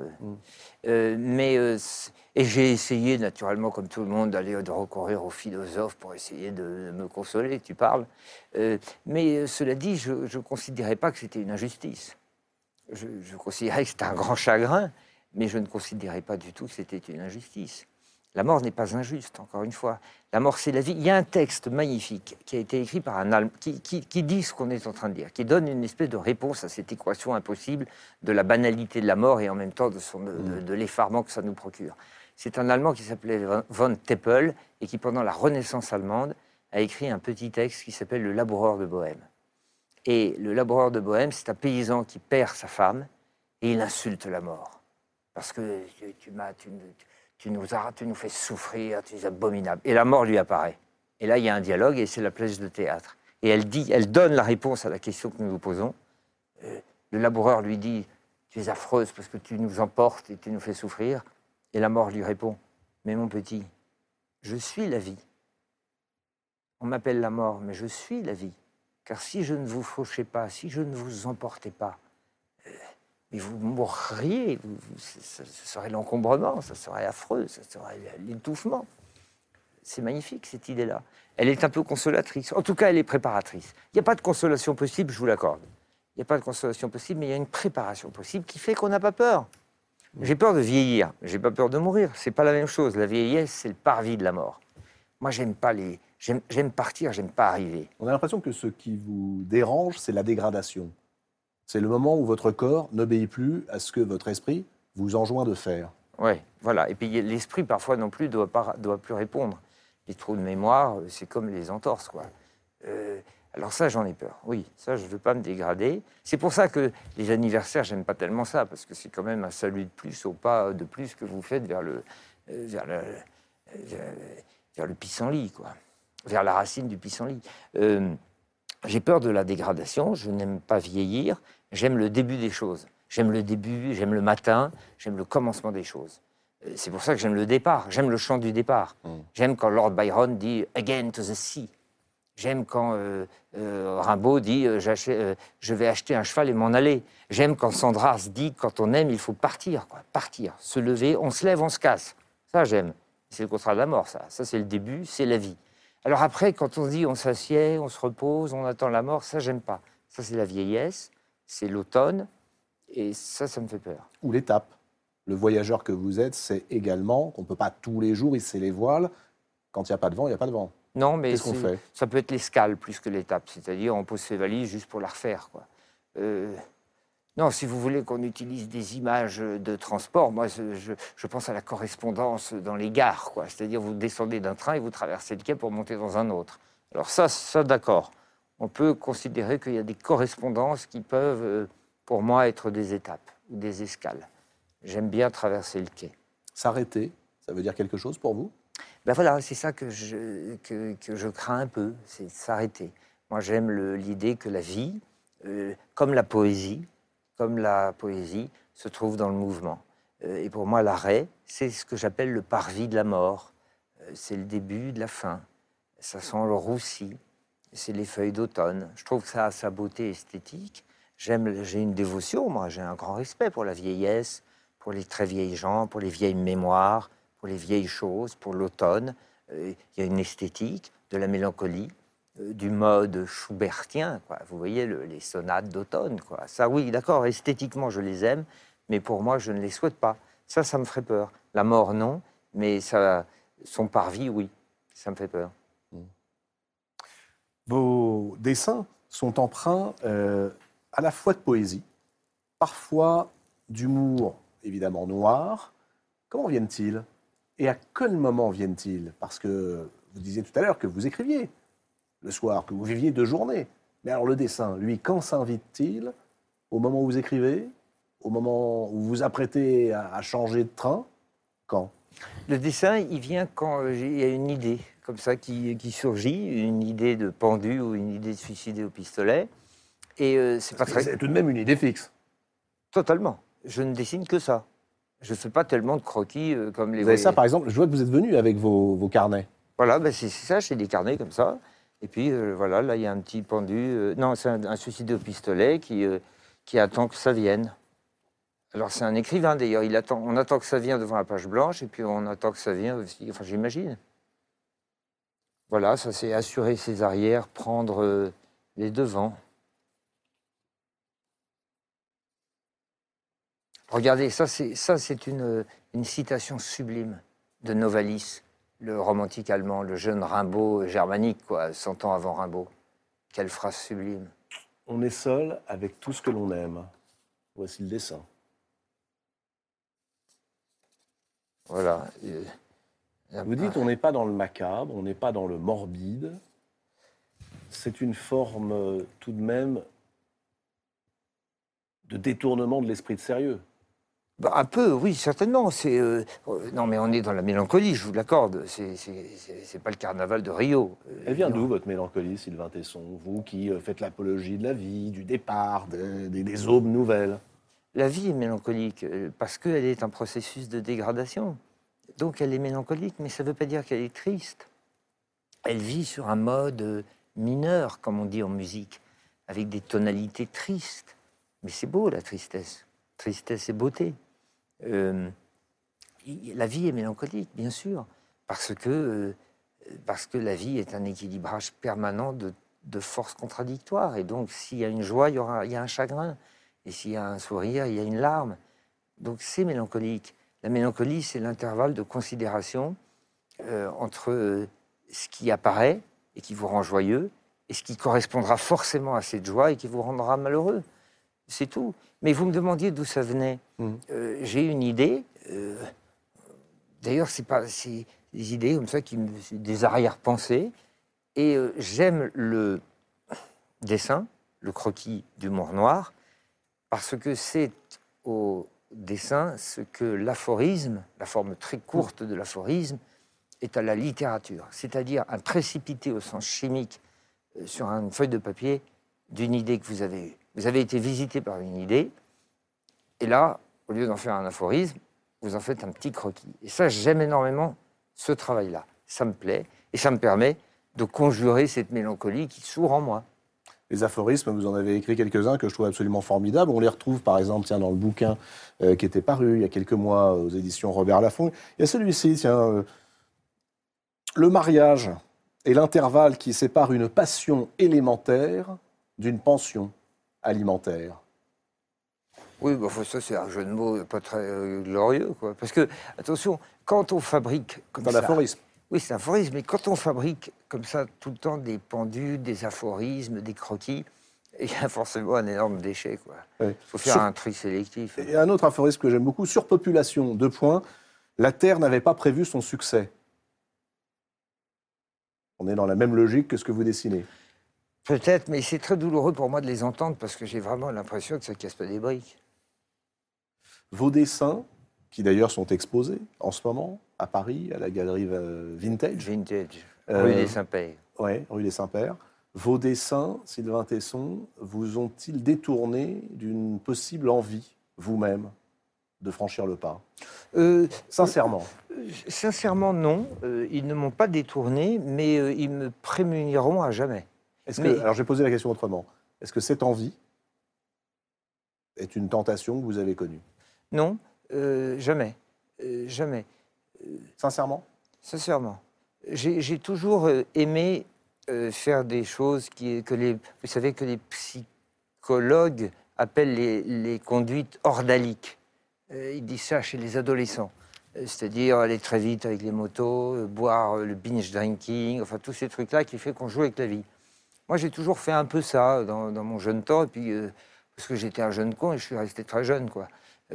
S2: Et j'ai essayé, naturellement, comme tout le monde, de recourir aux philosophes pour essayer de me consoler, tu parles. Mais cela dit, je ne considérais pas que c'était une injustice. Je considérais que c'était un grand chagrin, mais je ne considérais pas du tout que c'était une injustice. La mort n'est pas injuste, encore une fois. La mort, c'est la vie. Il y a un texte magnifique qui a été écrit par un Allemand, qui dit ce qu'on est en train de dire, qui donne une espèce de réponse à cette équation impossible de la banalité de la mort et en même temps de l'effarement que ça nous procure. C'est un Allemand qui s'appelait von Teppel et qui, pendant la Renaissance allemande, a écrit un petit texte qui s'appelle « Le laboureur de Bohême ». Et le laboureur de Bohême, c'est un paysan qui perd sa femme et il insulte la mort. Parce que tu nous fais souffrir, tu es abominable. Et la mort lui apparaît. Et là, il y a un dialogue et c'est la pièce de théâtre. Et elle donne la réponse à la question que nous nous posons. Le laboureur lui dit « Tu es affreuse parce que tu nous emportes et tu nous fais souffrir ». Et la mort lui répond « Mais mon petit, je suis la vie. On m'appelle la mort, mais je suis la vie. Car si je ne vous fauchais pas, si je ne vous emportais pas, mais vous mourriez, ce serait l'encombrement, ça serait affreux, ça serait l'étouffement. » C'est magnifique, cette idée-là. Elle est un peu consolatrice. En tout cas, elle est préparatrice. Il n'y a pas de consolation possible, je vous l'accorde. Il n'y a pas de consolation possible, mais il y a une préparation possible qui fait qu'on n'a pas peur. J'ai peur de vieillir, j'ai pas peur de mourir. C'est pas la même chose. La vieillesse, c'est le parvis de la mort. Moi, j'aime partir, j'aime pas arriver.
S1: On a l'impression que ce qui vous dérange, c'est la dégradation. C'est le moment où votre corps n'obéit plus à ce que votre esprit vous enjoint de faire.
S2: Ouais, voilà. Et puis l'esprit, parfois non plus, doit plus répondre. Les trous de mémoire, c'est comme les entorses, quoi. Alors ça, j'en ai peur. Oui, ça, je ne veux pas me dégrader. C'est pour ça que les anniversaires, j'aime pas tellement ça, parce que c'est quand même un salut de plus au pas de plus que vous faites vers le pissenlit, quoi. Vers la racine du pissenlit. J'ai peur de la dégradation, je n'aime pas vieillir, j'aime le début des choses. J'aime le début, j'aime le matin, j'aime le commencement des choses. C'est pour ça que j'aime le départ, j'aime le chant du départ. J'aime quand Lord Byron dit « Again to the sea ». J'aime quand Rimbaud dit je vais acheter un cheval et m'en aller ». J'aime quand Sandras dit « Quand on aime, il faut partir, quoi. Partir, se lever, on se lève, on se casse ». Ça, j'aime. C'est le contraire de la mort, ça. Ça, c'est le début, c'est la vie. Alors après, quand on se dit on s'assied, on se repose, on attend la mort, ça, j'aime pas. Ça, c'est la vieillesse, c'est l'automne, et ça me fait peur.
S1: Ou l'étape. Le voyageur que vous êtes, c'est également qu'on ne peut pas tous les jours hisser les voiles. Quand il n'y a pas de vent, il n'y a pas de vent.
S2: Non, mais
S1: qu'est-ce qu'on fait?
S2: Ça peut être l'escale plus que l'étape. C'est-à-dire, on pose ses valises juste pour la refaire, quoi. Non, si vous voulez qu'on utilise des images de transport, moi, je pense à la correspondance dans les gares, quoi. C'est-à-dire, vous descendez d'un train et vous traversez le quai pour monter dans un autre. Alors ça d'accord. On peut considérer qu'il y a des correspondances qui peuvent, pour moi, être des étapes ou des escales. J'aime bien traverser le quai.
S1: S'arrêter, ça veut dire quelque chose pour vous?
S2: Ben voilà, c'est ça que je crains un peu, c'est s'arrêter. Moi, j'aime l'idée que la vie, comme la poésie, se trouve dans le mouvement. Et pour moi, l'arrêt, c'est ce que j'appelle le parvis de la mort. C'est le début de la fin. Ça sent le roussi. C'est les feuilles d'automne. Je trouve que ça a sa beauté esthétique. J'ai une dévotion, moi, j'ai un grand respect pour la vieillesse, pour les très vieilles gens, pour les vieilles mémoires, pour les vieilles choses, pour l'automne. Il y a une esthétique, de la mélancolie, du mode schubertien, quoi. Vous voyez, les sonates d'automne, quoi. Ça, oui, d'accord, esthétiquement, je les aime, mais pour moi, je ne les souhaite pas. Ça me ferait peur. La mort, non, mais son parvis, oui. Ça me fait peur.
S1: Vos dessins sont empreints à la fois de poésie, parfois d'humour, évidemment noir. Comment viennent-ils? Et à quel moment viennent-ils? Parce que vous disiez tout à l'heure que vous écriviez le soir, que vous viviez de journée. Mais alors le dessin, lui, quand s'invite-t-il? Au moment où vous écrivez? Au moment où vous vous apprêtez à changer de train? Quand?
S2: Le dessin, il vient quand il y a une idée comme ça qui surgit, une idée de pendu ou une idée de suicider au pistolet. Et c'est pas très...
S1: C'est tout de même une idée fixe.
S2: Totalement. Je ne dessine que ça. Je ne fais pas tellement de croquis comme les...
S1: Vous avez ça, par exemple, je vois que vous êtes venu avec vos carnets.
S2: Voilà, ben c'est ça, j'ai des carnets comme ça. Et puis, voilà, là, il y a un petit pendu. Non, c'est un suicide au pistolet qui attend que ça vienne. Alors, c'est un écrivain, d'ailleurs. On attend que ça vienne devant la page blanche, et puis on attend que ça vienne aussi. Enfin, j'imagine. Voilà, ça, c'est assurer ses arrières, prendre les devants. Regardez, ça, c'est une citation sublime de Novalis, le romantique allemand, le jeune Rimbaud germanique, quoi, 100 ans avant Rimbaud. Quelle phrase sublime.
S1: On est seul avec tout ce que l'on aime. Voici le dessin.
S2: Voilà.
S1: Vous dites, on n'est pas dans le macabre, on n'est pas dans le morbide. C'est une forme tout de même de détournement de l'esprit de sérieux.
S2: Bah, un peu, oui, certainement. Non, mais on est dans la mélancolie, je vous l'accorde. C'est pas le carnaval de Rio.
S1: Elle vient d'où, votre mélancolie, Sylvain Tesson? Vous qui faites l'apologie de la vie, du départ, des aubes nouvelles.
S2: La vie est mélancolique parce qu'elle est un processus de dégradation. Donc elle est mélancolique, mais ça ne veut pas dire qu'elle est triste. Elle vit sur un mode mineur, comme on dit en musique, avec des tonalités tristes. Mais c'est beau, la tristesse. Tristesse et beauté. La vie est mélancolique, bien sûr, parce que la vie est un équilibrage permanent de forces contradictoires. Et donc, s'il y a une joie, il y a un chagrin. Et s'il y a un sourire, il y a une larme. Donc, c'est mélancolique. La mélancolie, c'est l'intervalle de considération entre ce qui apparaît et qui vous rend joyeux et ce qui correspondra forcément à cette joie et qui vous rendra malheureux. C'est tout. Mais vous me demandiez d'où ça venait. J'ai une idée. D'ailleurs, c'est des idées comme ça, c'est des arrière-pensées. Et j'aime le dessin, le croquis d'humour noir, parce que c'est au dessin ce que l'aphorisme, la forme très courte de l'aphorisme, est à la littérature. C'est-à-dire un précipité au sens chimique sur une feuille de papier d'une idée que vous avez eue. Vous avez été visité par une idée, et là, au lieu d'en faire un aphorisme, vous en faites un petit croquis. Et ça, j'aime énormément ce travail-là. Ça me plaît, et ça me permet de conjurer cette mélancolie qui sourd en moi.
S1: Les aphorismes, vous en avez écrit quelques-uns que je trouve absolument formidables. On les retrouve, par exemple, tiens, dans le bouquin qui était paru il y a quelques mois aux éditions Robert Laffont. Il y a celui-ci, tiens, le mariage est l'intervalle qui sépare une passion élémentaire d'une pension alimentaire.
S2: Oui, bah, ça, c'est un jeu de mots pas très glorieux, quoi. Parce que, attention, quand on fabrique comme
S1: C'est un
S2: ça...
S1: aphorisme.
S2: Oui, c'est un aphorisme, mais quand on fabrique comme ça tout le temps des pendus, des aphorismes, des croquis, il y a forcément un énorme déchet, quoi.
S1: Oui.
S2: Il faut faire un tri sélectif.
S1: Et un autre aphorisme que j'aime beaucoup, surpopulation, 2 points, la Terre n'avait pas prévu son succès. On est dans la même logique que ce que vous dessinez.
S2: Peut-être, mais c'est très douloureux pour moi de les entendre parce que j'ai vraiment l'impression que ça casse pas des briques.
S1: Vos dessins, qui d'ailleurs sont exposés en ce moment à Paris, à la galerie Vintage.
S2: Vintage, rue des Saints-Pères.
S1: Oui, rue des Saints-Pères. Vos dessins, Sylvain Tesson, vous ont-ils détourné d'une possible envie, vous-même, de franchir le pas Sincèrement.
S2: Sincèrement, non. Ils ne m'ont pas détourné, mais ils me prémuniront à jamais.
S1: Alors, je vais poser la question autrement. Est-ce que cette envie est une tentation que vous avez connue?
S2: Non, jamais. Jamais.
S1: Sincèrement?
S2: Sincèrement. J'ai toujours aimé faire des choses vous savez, que les psychologues appellent les conduites ordaliques. Ils disent ça chez les adolescents. C'est-à-dire aller très vite avec les motos, boire le binge drinking, enfin tous ces trucs-là qui fait qu'on joue avec la vie. Moi, j'ai toujours fait un peu ça dans mon jeune temps, et puis parce que j'étais un jeune con et je suis resté très jeune, quoi.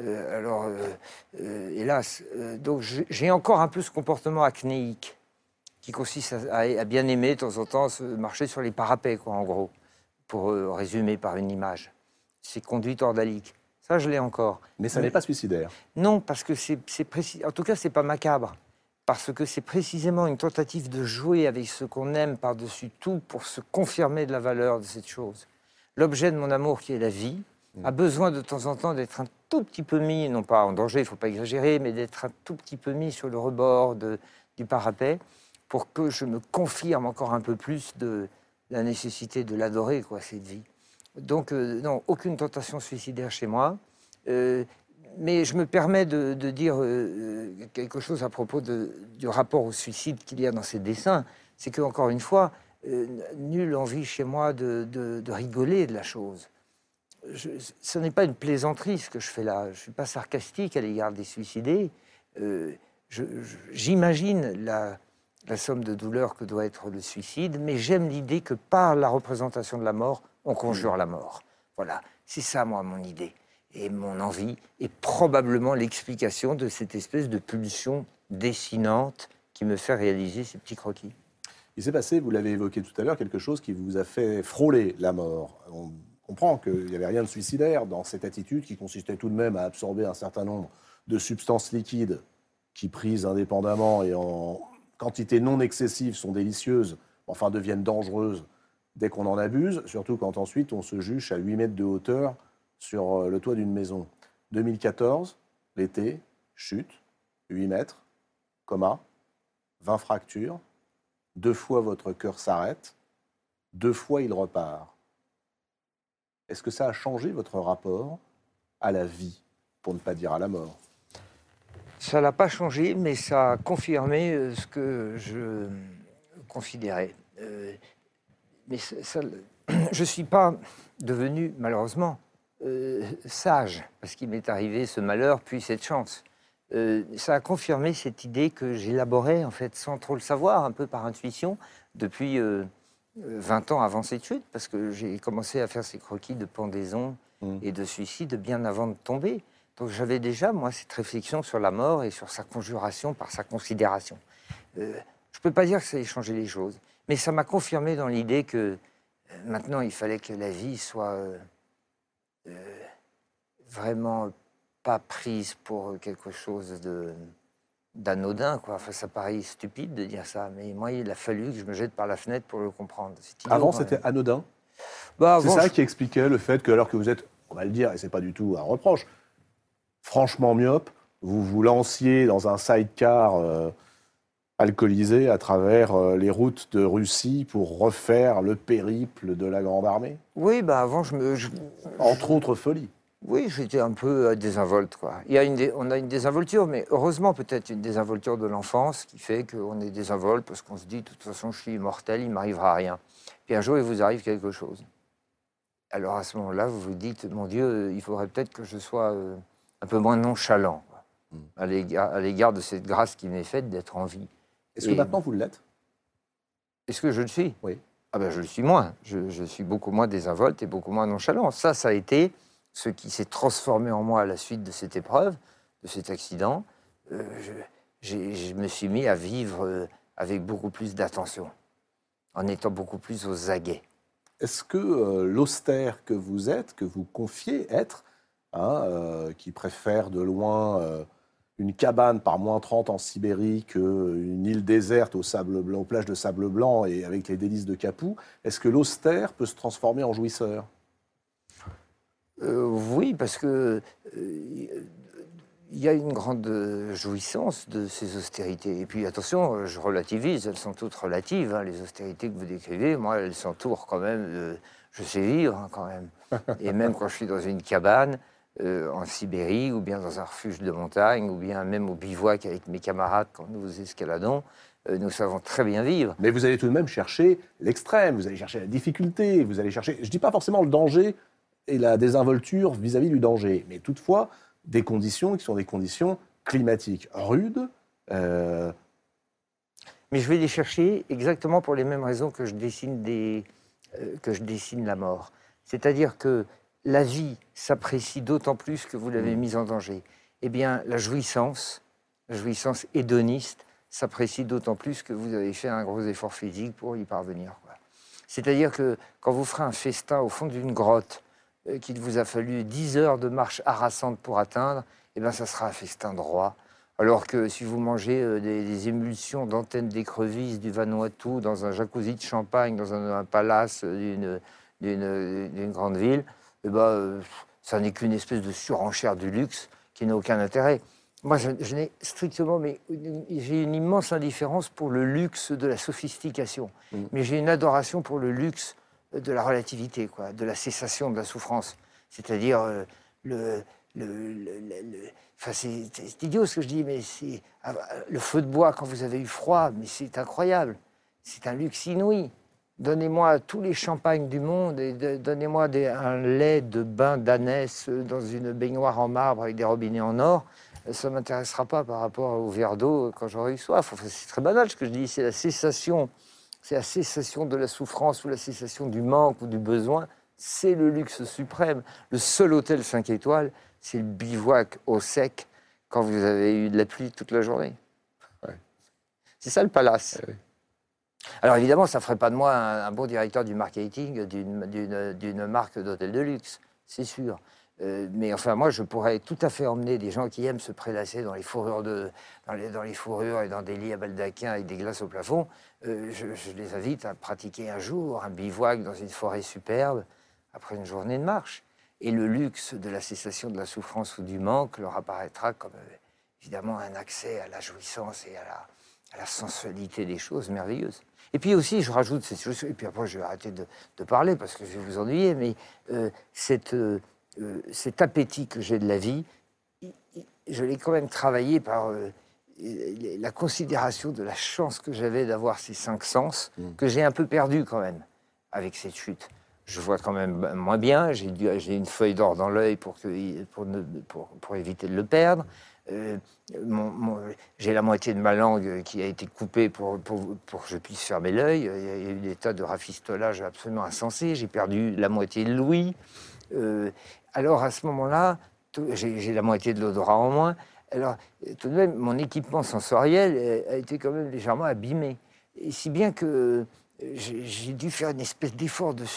S2: Hélas. Donc, j'ai encore un peu ce comportement acnéique qui consiste à bien aimer de temps en temps marcher sur les parapets, quoi, en gros, pour résumer par une image. C'est conduite ordalique. Ça, je l'ai encore.
S1: Mais ça n'est pas suicidaire.
S2: Non, parce que c'est précis. En tout cas, c'est pas macabre. Parce que c'est précisément une tentative de jouer avec ce qu'on aime par-dessus tout pour se confirmer de la valeur de cette chose. L'objet de mon amour, qui est la vie, a besoin de temps en temps d'être un tout petit peu mis, non pas en danger, il ne faut pas exagérer, mais d'être un tout petit peu mis sur le rebord du parapet pour que je me confirme encore un peu plus de la nécessité de l'adorer, quoi, cette vie. Donc, non, aucune tentation suicidaire chez moi. Mais je me permets de dire quelque chose à propos du rapport au suicide qu'il y a dans ces dessins. C'est qu'encore une fois, nulle envie chez moi de rigoler de la chose. Ce n'est pas une plaisanterie ce que je fais là. Je ne suis pas sarcastique à l'égard des suicidés. J'imagine la somme de douleur que doit être le suicide, mais j'aime l'idée que par la représentation de la mort, on conjure la mort. Voilà, c'est ça, moi, mon idée. Et mon envie est probablement l'explication de cette espèce de pulsion dessinante qui me fait réaliser ces petits croquis.
S1: Il s'est passé, vous l'avez évoqué tout à l'heure, quelque chose qui vous a fait frôler la mort. On comprend qu'il n'y avait rien de suicidaire dans cette attitude qui consistait tout de même à absorber un certain nombre de substances liquides qui, prises indépendamment et en quantité non excessive, sont délicieuses, enfin deviennent dangereuses dès qu'on en abuse, surtout quand ensuite on se juche à 8 mètres de hauteur sur le toit d'une maison. 2014, l'été, chute, 8 mètres, coma, 20 fractures, 2 fois votre cœur s'arrête, 2 fois il repart. Est-ce que ça a changé votre rapport à la vie, pour ne pas dire à la mort?
S2: Ça ne l'a pas changé, mais ça a confirmé ce que je considérais. Mais je ne suis pas devenu, malheureusement, sage, parce qu'il m'est arrivé ce malheur, puis cette chance. Ça a confirmé cette idée que j'élaborais, en fait, sans trop le savoir, un peu par intuition, depuis 20 ans avant cette chute, parce que j'ai commencé à faire ces croquis de pendaison et de suicide bien avant de tomber. Donc j'avais déjà, moi, cette réflexion sur la mort et sur sa conjuration par sa considération. Je ne peux pas dire que ça ait changé les choses, mais ça m'a confirmé dans l'idée que maintenant, il fallait que la vie soit vraiment pas prise pour quelque chose d'anodin, quoi. Enfin, ça paraît stupide de dire ça, mais moi, il a fallu que je me jette par la fenêtre pour le comprendre.
S1: Avant, c'était anodin.
S2: Bah,
S1: c'est ça qui expliquait le fait que, alors que vous êtes, on va le dire, et c'est pas du tout un reproche, franchement myope, vous vous lanciez dans un sidecar alcoolisé à travers les routes de Russie pour refaire le périple de la Grande Armée.
S2: Oui, bah avant,
S1: Entre autres folies.
S2: Oui, j'étais un peu désinvolte, quoi. On a une désinvolture, mais heureusement peut-être une désinvolture de l'enfance qui fait qu'on est désinvolte parce qu'on se dit, de toute façon, je suis immortel, il ne m'arrivera rien. Puis un jour, il vous arrive quelque chose. Alors à ce moment-là, vous vous dites, mon Dieu, il faudrait peut-être que je sois un peu moins nonchalant à l'égard de cette grâce qui m'est faite d'être en vie.
S1: Est-ce que maintenant vous l'êtes?
S2: Est-ce que je le suis?
S1: Oui.
S2: Ah ben, je le suis moins. Je suis beaucoup moins désinvolte et beaucoup moins nonchalant. Ça a été ce qui s'est transformé en moi à la suite de cette épreuve, de cet accident. Je me suis mis à vivre avec beaucoup plus d'attention, en étant beaucoup plus aux aguets.
S1: Est-ce que l'austère que vous êtes, que vous confiez être, qui préfère de loin une cabane par moins 30 en Sibérie qu'une île déserte aux plages de sable blanc et avec les délices de Capoue, est-ce que l'austère peut se transformer en jouisseur?
S2: Oui, parce que il y a une grande jouissance de ces austérités. Et puis attention, je relativise, elles sont toutes relatives. Les austérités que vous décrivez, moi, elles s'entourent quand même. Je sais vivre quand même. Et même quand je suis dans une cabane en Sibérie, ou bien dans un refuge de montagne, ou bien même au bivouac avec mes camarades quand nous escaladons, nous savons très bien vivre.
S1: Mais vous allez tout de même chercher l'extrême, vous allez chercher la difficulté, vous allez chercher, je ne dis pas forcément le danger et la désinvolture vis-à-vis du danger, mais toutefois des conditions qui sont des conditions climatiques rudes.
S2: Mais je vais les chercher exactement pour les mêmes raisons que je dessine la mort. C'est-à-dire que la vie s'apprécie d'autant plus que vous l'avez mise en danger. Eh bien, la jouissance hédoniste, s'apprécie d'autant plus que vous avez fait un gros effort physique pour y parvenir. C'est-à-dire que quand vous ferez un festin au fond d'une grotte, qu'il vous a fallu 10 heures de marche harassante pour atteindre, eh bien, ça sera un festin de roi. Alors que si vous mangez des émulsions d'antennes d'écrevisses du Vanuatu dans un jacuzzi de champagne, dans un palace d'une grande ville, eh ben, ça n'est qu'une espèce de surenchère du luxe qui n'a aucun intérêt. Moi, je n'ai strictement, mais j'ai une immense indifférence pour le luxe de la sophistication. Mais j'ai une adoration pour le luxe de la relativité, quoi, de la cessation de la souffrance. C'est-à-dire, enfin, c'est idiot ce que je dis, mais c'est le feu de bois quand vous avez eu froid, mais c'est incroyable. C'est un luxe inouï. Donnez-moi tous les champagnes du monde et donnez-moi un lait de bain d'ânesse dans une baignoire en marbre avec des robinets en or. Ça ne m'intéressera pas par rapport au verre d'eau quand j'aurai eu soif. Enfin, c'est très banal ce que je dis. C'est la cessation de la souffrance ou la cessation du manque ou du besoin. C'est le luxe suprême. Le seul hôtel 5 étoiles, c'est le bivouac au sec quand vous avez eu de la pluie toute la journée. Ouais. C'est ça le palace. Ouais. Alors évidemment, ça ne ferait pas de moi un bon directeur du marketing d'une marque d'hôtel de luxe, c'est sûr. Mais enfin, moi, je pourrais tout à fait emmener des gens qui aiment se prélasser dans les fourrures, dans les fourrures et dans des lits à baldaquin avec des glaces au plafond. Je les invite à pratiquer un jour un bivouac dans une forêt superbe après une journée de marche. Et le luxe de la cessation de la souffrance ou du manque leur apparaîtra comme évidemment un accès à la jouissance et à la sensualité des choses merveilleuses. Et puis aussi, je rajoute cette chose, et puis après je vais arrêter de parler parce que je vais vous ennuyer, mais cet appétit que j'ai de la vie, je l'ai quand même travaillé par la considération de la chance que j'avais d'avoir ces 5 sens, que j'ai un peu perdu quand même avec cette chute. Je vois quand même moins bien, j'ai une feuille d'or dans l'œil pour éviter de le perdre. J'ai la moitié de ma langue qui a été coupée pour que je puisse fermer l'œil. Il y a eu des tas de rafistolages absolument insensés. J'ai perdu la moitié de l'ouïe. Alors à ce moment-là, j'ai la moitié de l'odorat en moins. Alors, tout de même, mon équipement sensoriel a été quand même légèrement abîmé. Et si bien que j'ai dû faire une espèce d'effort de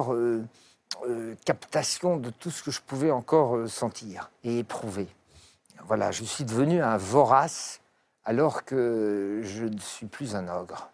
S2: captation de tout ce que je pouvais encore sentir et éprouver. Voilà, je suis devenu un vorace alors que je ne suis plus un ogre.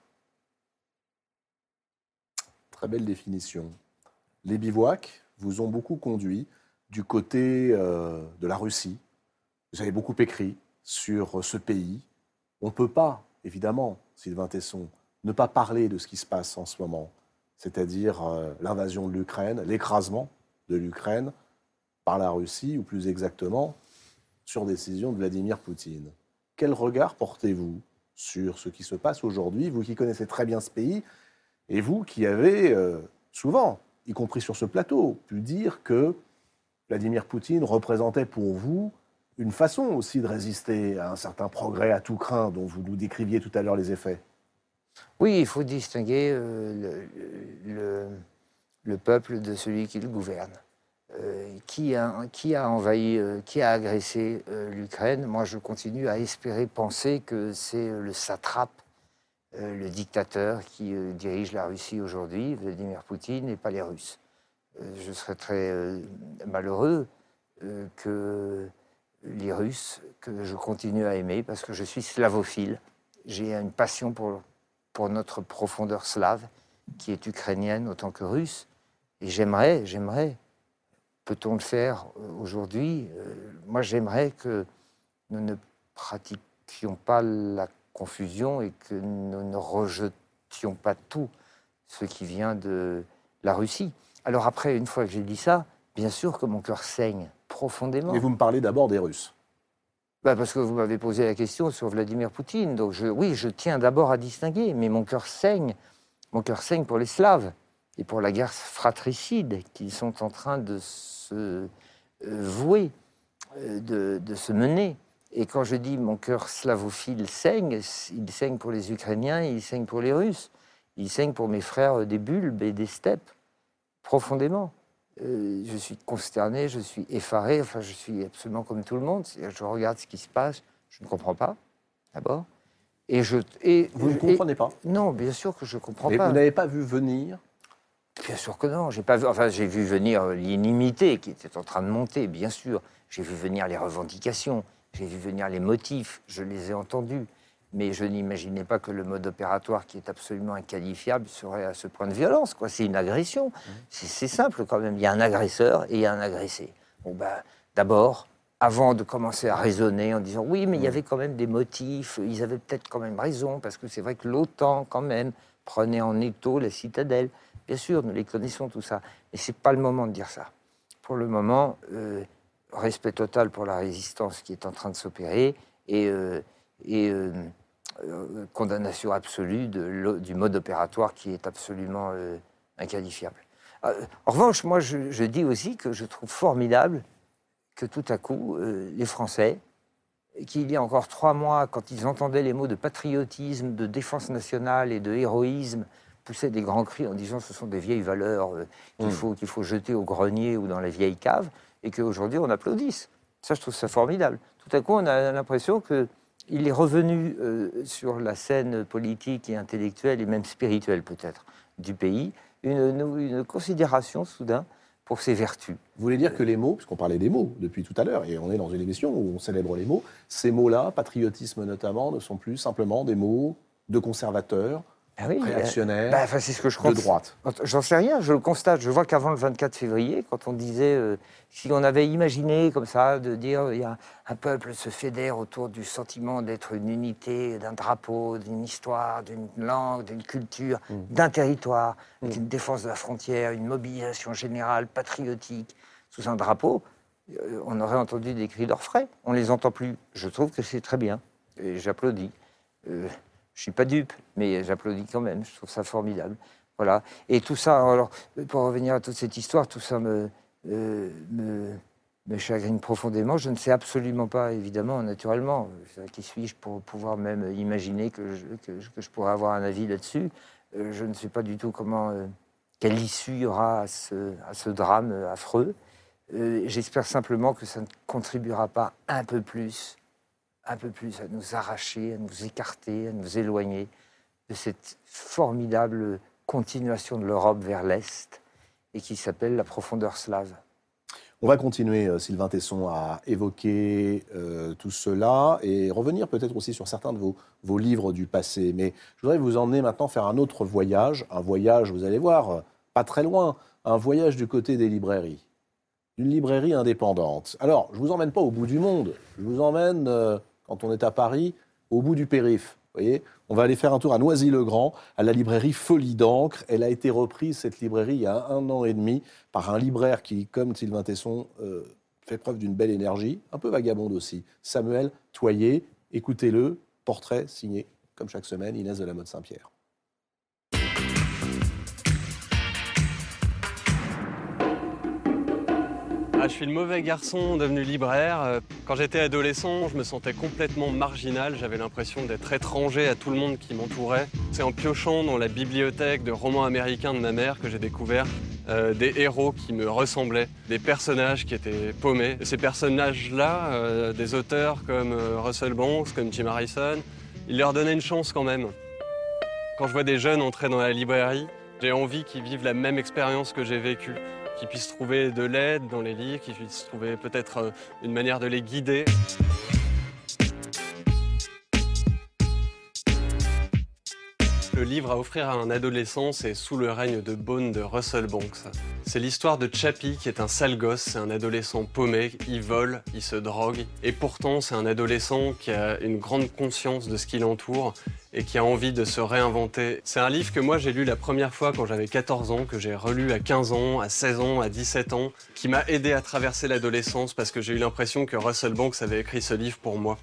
S1: Très belle définition. Les bivouacs vous ont beaucoup conduit du côté de la Russie. Vous avez beaucoup écrit sur ce pays. On ne peut pas, évidemment, Sylvain Tesson, ne pas parler de ce qui se passe en ce moment, c'est-à-dire l'invasion de l'Ukraine, l'écrasement de l'Ukraine par la Russie, ou plus exactement, sur décision de Vladimir Poutine. Quel regard portez-vous sur ce qui se passe aujourd'hui, vous qui connaissez très bien ce pays, et vous qui avez souvent, y compris sur ce plateau, pu dire que Vladimir Poutine représentait pour vous une façon aussi de résister à un certain progrès à tout crin dont vous nous décriviez tout à l'heure les effets.
S2: Oui, il faut distinguer le peuple de celui qui le gouverne. Qui a envahi, qui a agressé l'Ukraine? Moi, je continue à espérer penser que c'est le satrape, le dictateur qui dirige la Russie aujourd'hui, Vladimir Poutine, et pas les Russes. Je serais très malheureux que les Russes, que je continue à aimer, parce que je suis slavophile. J'ai une passion pour notre profondeur slave, qui est ukrainienne autant que russe. Et j'aimerais, peut-on le faire aujourd'hui? Moi, j'aimerais que nous ne pratiquions pas la confusion et que nous ne rejetions pas tout ce qui vient de la Russie. Alors après, une fois que j'ai dit ça, bien sûr que mon cœur saigne profondément.
S1: Mais vous me parlez d'abord des Russes.
S2: Parce que vous m'avez posé la question sur Vladimir Poutine. Donc oui, je tiens d'abord à distinguer, mais mon cœur saigne. Mon cœur saigne pour les Slaves et pour la guerre fratricide qu'ils sont en train de se vouer, de se mener. Et quand je dis mon cœur slavophile saigne, il saigne pour les Ukrainiens, il saigne pour les Russes, il saigne pour mes frères des Bulbes et des steppes, profondément. Je suis consterné, je suis effaré, enfin je suis absolument comme tout le monde. Je regarde ce qui se passe, je ne comprends pas, d'abord.
S1: Vous ne comprenez pas?
S2: Non, bien sûr que je ne comprends
S1: Mais
S2: pas.
S1: vous n'avez pas vu venir?
S2: Bien sûr que non, j'ai pas vu. Enfin, j'ai vu venir l'inimité qui était en train de monter, bien sûr. J'ai vu venir les revendications, j'ai vu venir les motifs, je les ai entendus. Mais je n'imaginais pas que le mode opératoire, qui est absolument inqualifiable, serait à ce point de violence, quoi. C'est une agression. C'est simple quand même. Il y a un agresseur et il y a un agressé. Bon, d'abord, avant de commencer à raisonner en disant oui, mais il y avait quand même des motifs, ils avaient peut-être quand même raison, parce que c'est vrai que l'OTAN, quand même, prenait en étau la citadelle. Bien sûr, nous les connaissons, tout ça. Mais ce n'est pas le moment de dire ça. Pour le moment, respect total pour la résistance qui est en train de s'opérer et condamnation absolue du mode opératoire qui est absolument inqualifiable. En revanche, moi, je dis aussi que je trouve formidable que tout à coup, les Français, qu'il y a encore 3 mois, quand ils entendaient les mots de patriotisme, de défense nationale et de héroïsme, poussaient des grands cris en disant ce sont des vieilles valeurs qu'il faut jeter au grenier ou dans la vieille cave, et qu'aujourd'hui on applaudisse. Ça, je trouve ça formidable. Tout à coup, on a l'impression qu'il est revenu sur la scène politique et intellectuelle, et même spirituelle peut-être, du pays, une considération soudain pour ses vertus.
S1: Vous voulez dire que les mots, puisqu'on parlait des mots depuis tout à l'heure, et on est dans une émission où on célèbre les mots, ces mots-là, patriotisme notamment, ne sont plus simplement des mots de conservateurs, réactionnaires,
S2: c'est ce que je
S1: de droite.
S2: J'en sais rien, je le constate. Je vois qu'avant le 24 février, quand on disait, si on avait imaginé comme ça, de dire il y a un peuple se fédère autour du sentiment d'être une unité, d'un drapeau, d'une histoire, d'une langue, d'une culture, d'un territoire, avec une défense de la frontière, une mobilisation générale, patriotique, sous un drapeau, on aurait entendu des cris d'orfraie. On ne les entend plus. Je trouve que c'est très bien. Et j'applaudis. Je ne suis pas dupe, mais j'applaudis quand même. Je trouve ça formidable. Voilà. Et tout ça, alors, pour revenir à toute cette histoire, tout ça me chagrine profondément. Je ne sais absolument pas, évidemment, naturellement, qui suis-je pour pouvoir même imaginer que je pourrais avoir un avis là-dessus. Je ne sais pas du tout quelle issue il y aura à ce drame affreux. J'espère simplement que ça ne contribuera pas un peu plus à nous arracher, à nous écarter, à nous éloigner de cette formidable continuation de l'Europe vers l'Est et qui s'appelle la profondeur slave.
S1: On va continuer, Sylvain Tesson, à évoquer tout cela et revenir peut-être aussi sur certains de vos livres du passé. Mais je voudrais vous emmener maintenant faire un autre voyage. Un voyage, vous allez voir, pas très loin. Un voyage du côté des librairies. D'une librairie indépendante. Alors, je ne vous emmène pas au bout du monde. Je vous emmène, quand on est à Paris, au bout du périph'. Vous voyez, on va aller faire un tour à Noisy-le-Grand, à la librairie Folie d'encre. Elle a été reprise, cette librairie, il y a 1 an et demi, par un libraire qui, comme Sylvain Tesson, fait preuve d'une belle énergie, un peu vagabonde aussi. Samuel Toyer, écoutez-le, portrait signé, comme chaque semaine, Inès de la Motte Saint-Pierre.
S6: Je suis le mauvais garçon devenu libraire. Quand j'étais adolescent, je me sentais complètement marginal. J'avais l'impression d'être étranger à tout le monde qui m'entourait. C'est en piochant dans la bibliothèque de romans américains de ma mère que j'ai découvert des héros qui me ressemblaient, des personnages qui étaient paumés. Et ces personnages-là, des auteurs comme Russell Banks, comme Jim Harrison, ils leur donnaient une chance quand même. Quand je vois des jeunes entrer dans la librairie, j'ai envie qu'ils vivent la même expérience que j'ai vécue. Qu'ils puissent trouver de l'aide dans les livres, qu'ils puissent trouver peut-être une manière de les guider. Le livre à offrir à un adolescent, c'est Sous le règne de Beaune de Russell Banks. C'est l'histoire de Chappie, qui est un sale gosse, c'est un adolescent paumé, il vole, il se drogue, et pourtant c'est un adolescent qui a une grande conscience de ce qui l'entoure et qui a envie de se réinventer. C'est un livre que moi j'ai lu la première fois quand j'avais 14 ans, que j'ai relu à 15 ans, à 16 ans, à 17 ans, qui m'a aidé à traverser l'adolescence parce que j'ai eu l'impression que Russell Banks avait écrit ce livre pour moi.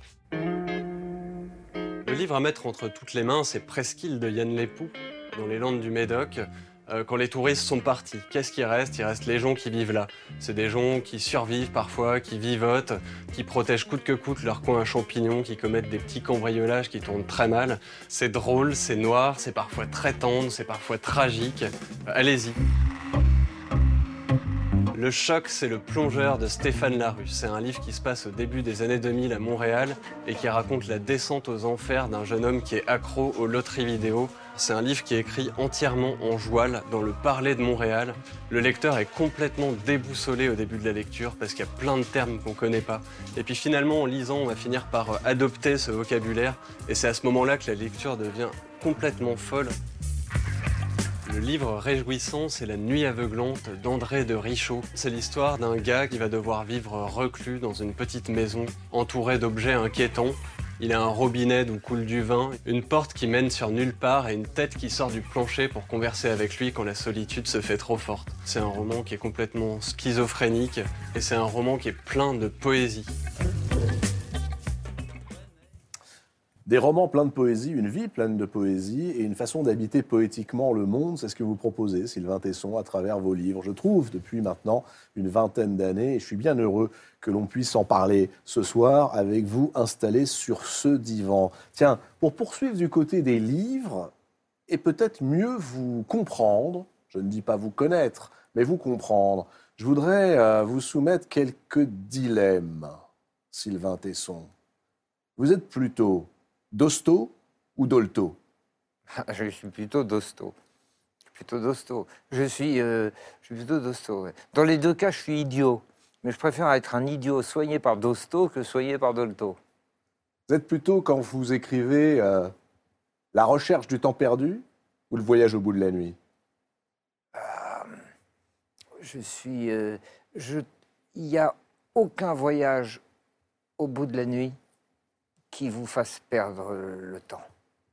S6: Le livre à mettre entre toutes les mains, c'est Presqu'île de Yann Lepoux, dans les Landes du Médoc. Quand les touristes sont partis, qu'est-ce qui reste? Il reste les gens qui vivent là. C'est des gens qui survivent parfois, qui vivotent, qui protègent coûte que coûte leur coin à champignons, qui commettent des petits cambriolages qui tournent très mal. C'est drôle, c'est noir, c'est parfois très tendre, c'est parfois tragique. Allez-y. Le choc, c'est Le Plongeur de Stéphane Larue. C'est un livre qui se passe au début des années 2000 à Montréal et qui raconte la descente aux enfers d'un jeune homme qui est accro aux loteries vidéo. C'est un livre qui est écrit entièrement en joual, dans le parler de Montréal. Le lecteur est complètement déboussolé au début de la lecture parce qu'il y a plein de termes qu'on ne connaît pas. Et puis finalement, en lisant, on va finir par adopter ce vocabulaire. Et c'est à ce moment-là que la lecture devient complètement folle. Le livre réjouissant, c'est La Nuit aveuglante d'André de Richaud. C'est l'histoire d'un gars qui va devoir vivre reclus dans une petite maison, entouré d'objets inquiétants. Il a un robinet d'où coule du vin, une porte qui mène sur nulle part et une tête qui sort du plancher pour converser avec lui quand la solitude se fait trop forte. C'est un roman qui est complètement schizophrénique et c'est un roman qui est plein de poésie.
S1: Des romans pleins de poésie, une vie pleine de poésie et une façon d'habiter poétiquement le monde, c'est ce que vous proposez, Sylvain Tesson, à travers vos livres. Je trouve, depuis maintenant une vingtaine d'années, et je suis bien heureux que l'on puisse en parler ce soir avec vous installés sur ce divan. Tiens, pour poursuivre du côté des livres, et peut-être mieux vous comprendre, je ne dis pas vous connaître, mais vous comprendre, je voudrais vous soumettre quelques dilemmes, Sylvain Tesson. Vous êtes plutôt Dosto ou Dolto?
S2: Je suis plutôt Dosto. Je suis plutôt Dosto. Ouais. Dans les deux cas, je suis idiot. Mais je préfère être un idiot soigné par Dosto que soigné par Dolto.
S1: Vous êtes plutôt, quand vous écrivez La recherche du temps perdu ou Le voyage au bout de la nuit?
S2: Il n'y a aucun voyage au bout de la nuit qui vous fasse perdre le temps.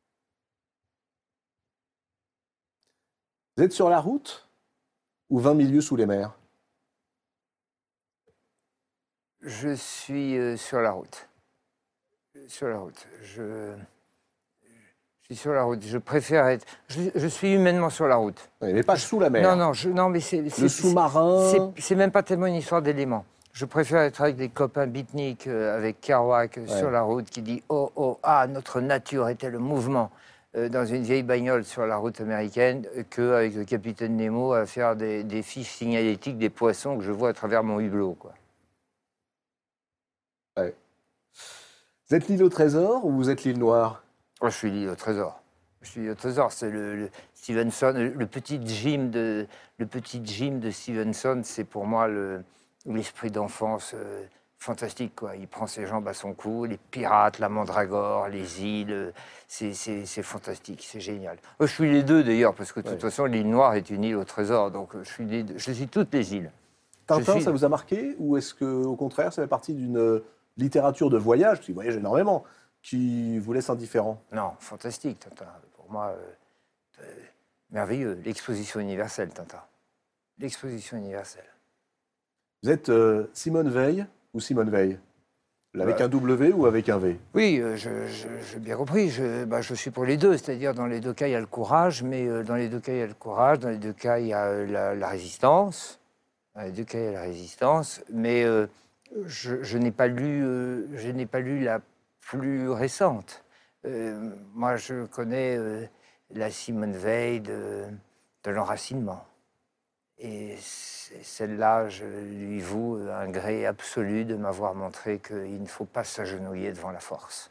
S1: Vous êtes sur la route ou 20 milieux sous les mers?
S2: Je suis sur la route. Sur la route. Je suis sur la route. Je préfère être... Je suis humainement sur la route.
S1: Oui, mais pas sous la mer.
S2: Non, mais c'est...
S1: Le sous-marin...
S2: C'est même pas tellement une histoire d'éléments. Je préfère être avec des copains beatniks, avec Kerouac sur la route qui dit « Oh, notre nature était le mouvement ». dans une vieille bagnole sur la route américaine qu'avec le capitaine Nemo à faire des fiches signalétiques des poissons que je vois à travers mon hublot, quoi.
S1: Ouais. Vous êtes l'île au trésor ou vous êtes l'île noire?
S2: Oh, je suis l'île au trésor. Je suis l'île au trésor. C'est le Stevenson, le petit Jim de Stevenson. C'est pour moi l'esprit d'enfance fantastique, quoi. Il prend ses jambes à son cou, les pirates, la mandragore, les îles. C'est fantastique, c'est génial. Je suis les deux d'ailleurs, parce que de toute façon, l'île noire est une île au trésor. Donc je suis toutes les îles.
S1: Tintin, ça vous a marqué ou est-ce qu'au contraire, ça fait partie d'une littérature de voyage, parce qu'il voyage énormément, qui vous laisse indifférent?
S2: Non, fantastique, Tintin. Pour moi, merveilleux. L'exposition universelle, Tintin. L'exposition universelle.
S1: Vous êtes Simone Veil ou Simone Veil? Avec un W ou avec un V?
S2: Oui, j'ai bien compris. Je suis pour les deux. C'est-à-dire, dans les deux cas, il y a le courage, mais dans les deux cas, il y a le courage. Dans les deux cas, il y a la résistance. Dans les deux cas, il y a la résistance. Mais je n'ai pas lu la plus récente. Moi, je connais la Simone Veil de l'enracinement. Et celle-là, je lui voue un gré absolu de m'avoir montré qu'il ne faut pas s'agenouiller devant la force.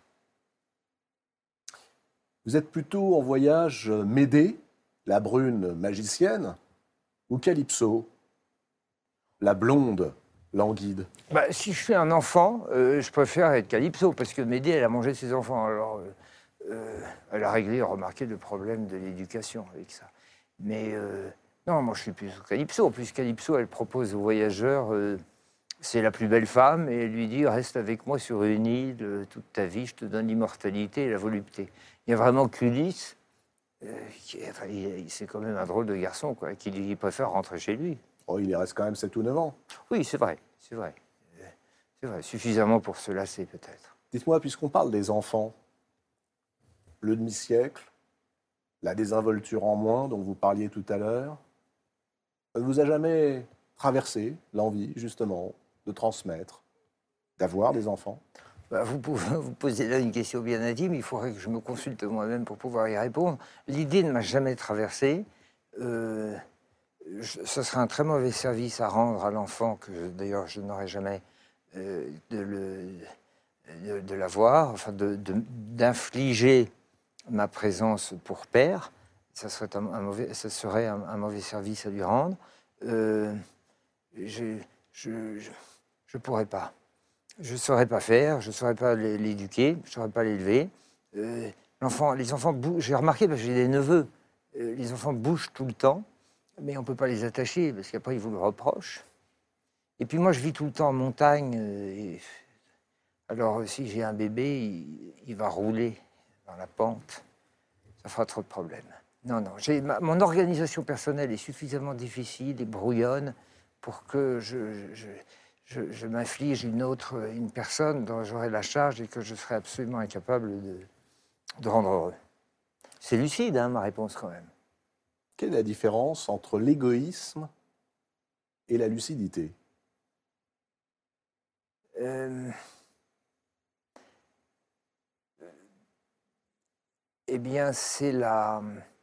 S1: Vous êtes plutôt en voyage Médée, la brune magicienne, ou Calypso, la blonde languide?
S2: Si je suis un enfant, je préfère être Calypso, parce que Médée, elle a mangé ses enfants. Alors, elle a réglé, remarqué, le problème de l'éducation avec ça. Mais non, moi, je suis plus Calypso. En plus, Calypso, elle propose aux voyageurs, c'est la plus belle femme, et elle lui dit, reste avec moi sur une île toute ta vie, je te donne l'immortalité et la volupté. Il y a vraiment qu'Ulysse, c'est quand même un drôle de garçon, quoi, qui préfère rentrer chez lui.
S1: Oh, il y reste quand même 7 ou 9 ans.
S2: Oui, c'est vrai, c'est vrai. C'est vrai, suffisamment pour se lasser, peut-être.
S1: Dites-moi, puisqu'on parle des enfants, le demi-siècle, la désinvolture en moins dont vous parliez tout à l'heure, ça ne vous a jamais traversé l'envie, justement, de transmettre, d'avoir des enfants?
S2: Vous posez là une question bien intime, il faudrait que je me consulte moi-même pour pouvoir y répondre. L'idée ne m'a jamais traversé. Ce serait un très mauvais service à rendre à l'enfant, que d'ailleurs je n'aurais jamais de l'avoir, enfin d'infliger ma présence pour père. Ça serait un mauvais service à lui rendre. Je pourrais pas. Je ne saurais pas faire, je ne saurais pas l'éduquer, je ne saurais pas l'élever. Les enfants bougent. J'ai remarqué, parce que j'ai des neveux, les enfants bougent tout le temps, mais on ne peut pas les attacher, parce qu'après, ils vous le reprochent. Et puis moi, je vis tout le temps en montagne. Alors, si j'ai un bébé, il va rouler dans la pente. Ça fera trop de problèmes. Non. Mon organisation personnelle est suffisamment difficile et brouillonne pour que je m'inflige une personne dont j'aurai la charge et que je serai absolument incapable de rendre heureux. C'est lucide, hein, ma réponse, quand même.
S1: Quelle est la différence entre l'égoïsme et la lucidité?
S2: Eh bien, c'est la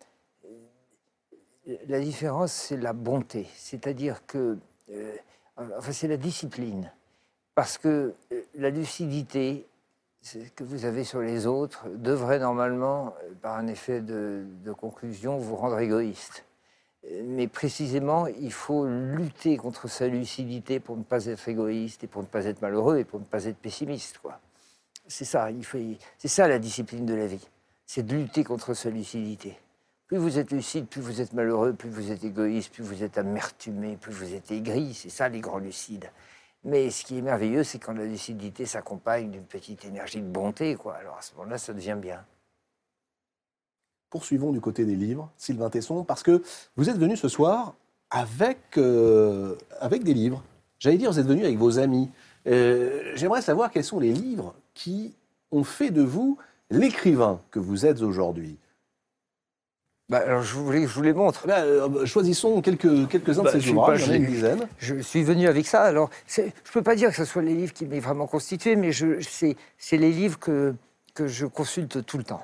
S2: différence, c'est la bonté. C'est-à-dire que... c'est la discipline. Parce que la lucidité que vous avez sur les autres devrait normalement, par un effet de conclusion, vous rendre égoïste. Mais précisément, il faut lutter contre sa lucidité pour ne pas être égoïste et pour ne pas être malheureux et pour ne pas être pessimiste, quoi. C'est ça, c'est ça la discipline de la vie. C'est de lutter contre sa lucidité. Plus vous êtes lucide, plus vous êtes malheureux, plus vous êtes égoïste, plus vous êtes amertumé, plus vous êtes aigri. C'est ça, les grands lucides. Mais ce qui est merveilleux, c'est quand la lucidité s'accompagne d'une petite énergie de bonté, quoi. Alors à ce moment-là, ça devient bien.
S1: Poursuivons du côté des livres, Sylvain Tesson, parce que vous êtes venu ce soir avec des livres. J'allais dire, vous êtes venu avec vos amis. J'aimerais savoir quels sont les livres qui ont fait de vous l'écrivain que vous êtes aujourd'hui.
S2: Alors, je vous les montre.
S1: Choisissons quelques-uns de ces ouvrages, il y en a une dizaine.
S2: Je suis venu avec ça. Alors, je ne peux pas dire que ce soit les livres qui m'aient vraiment constitué, mais c'est les livres que je consulte tout le temps.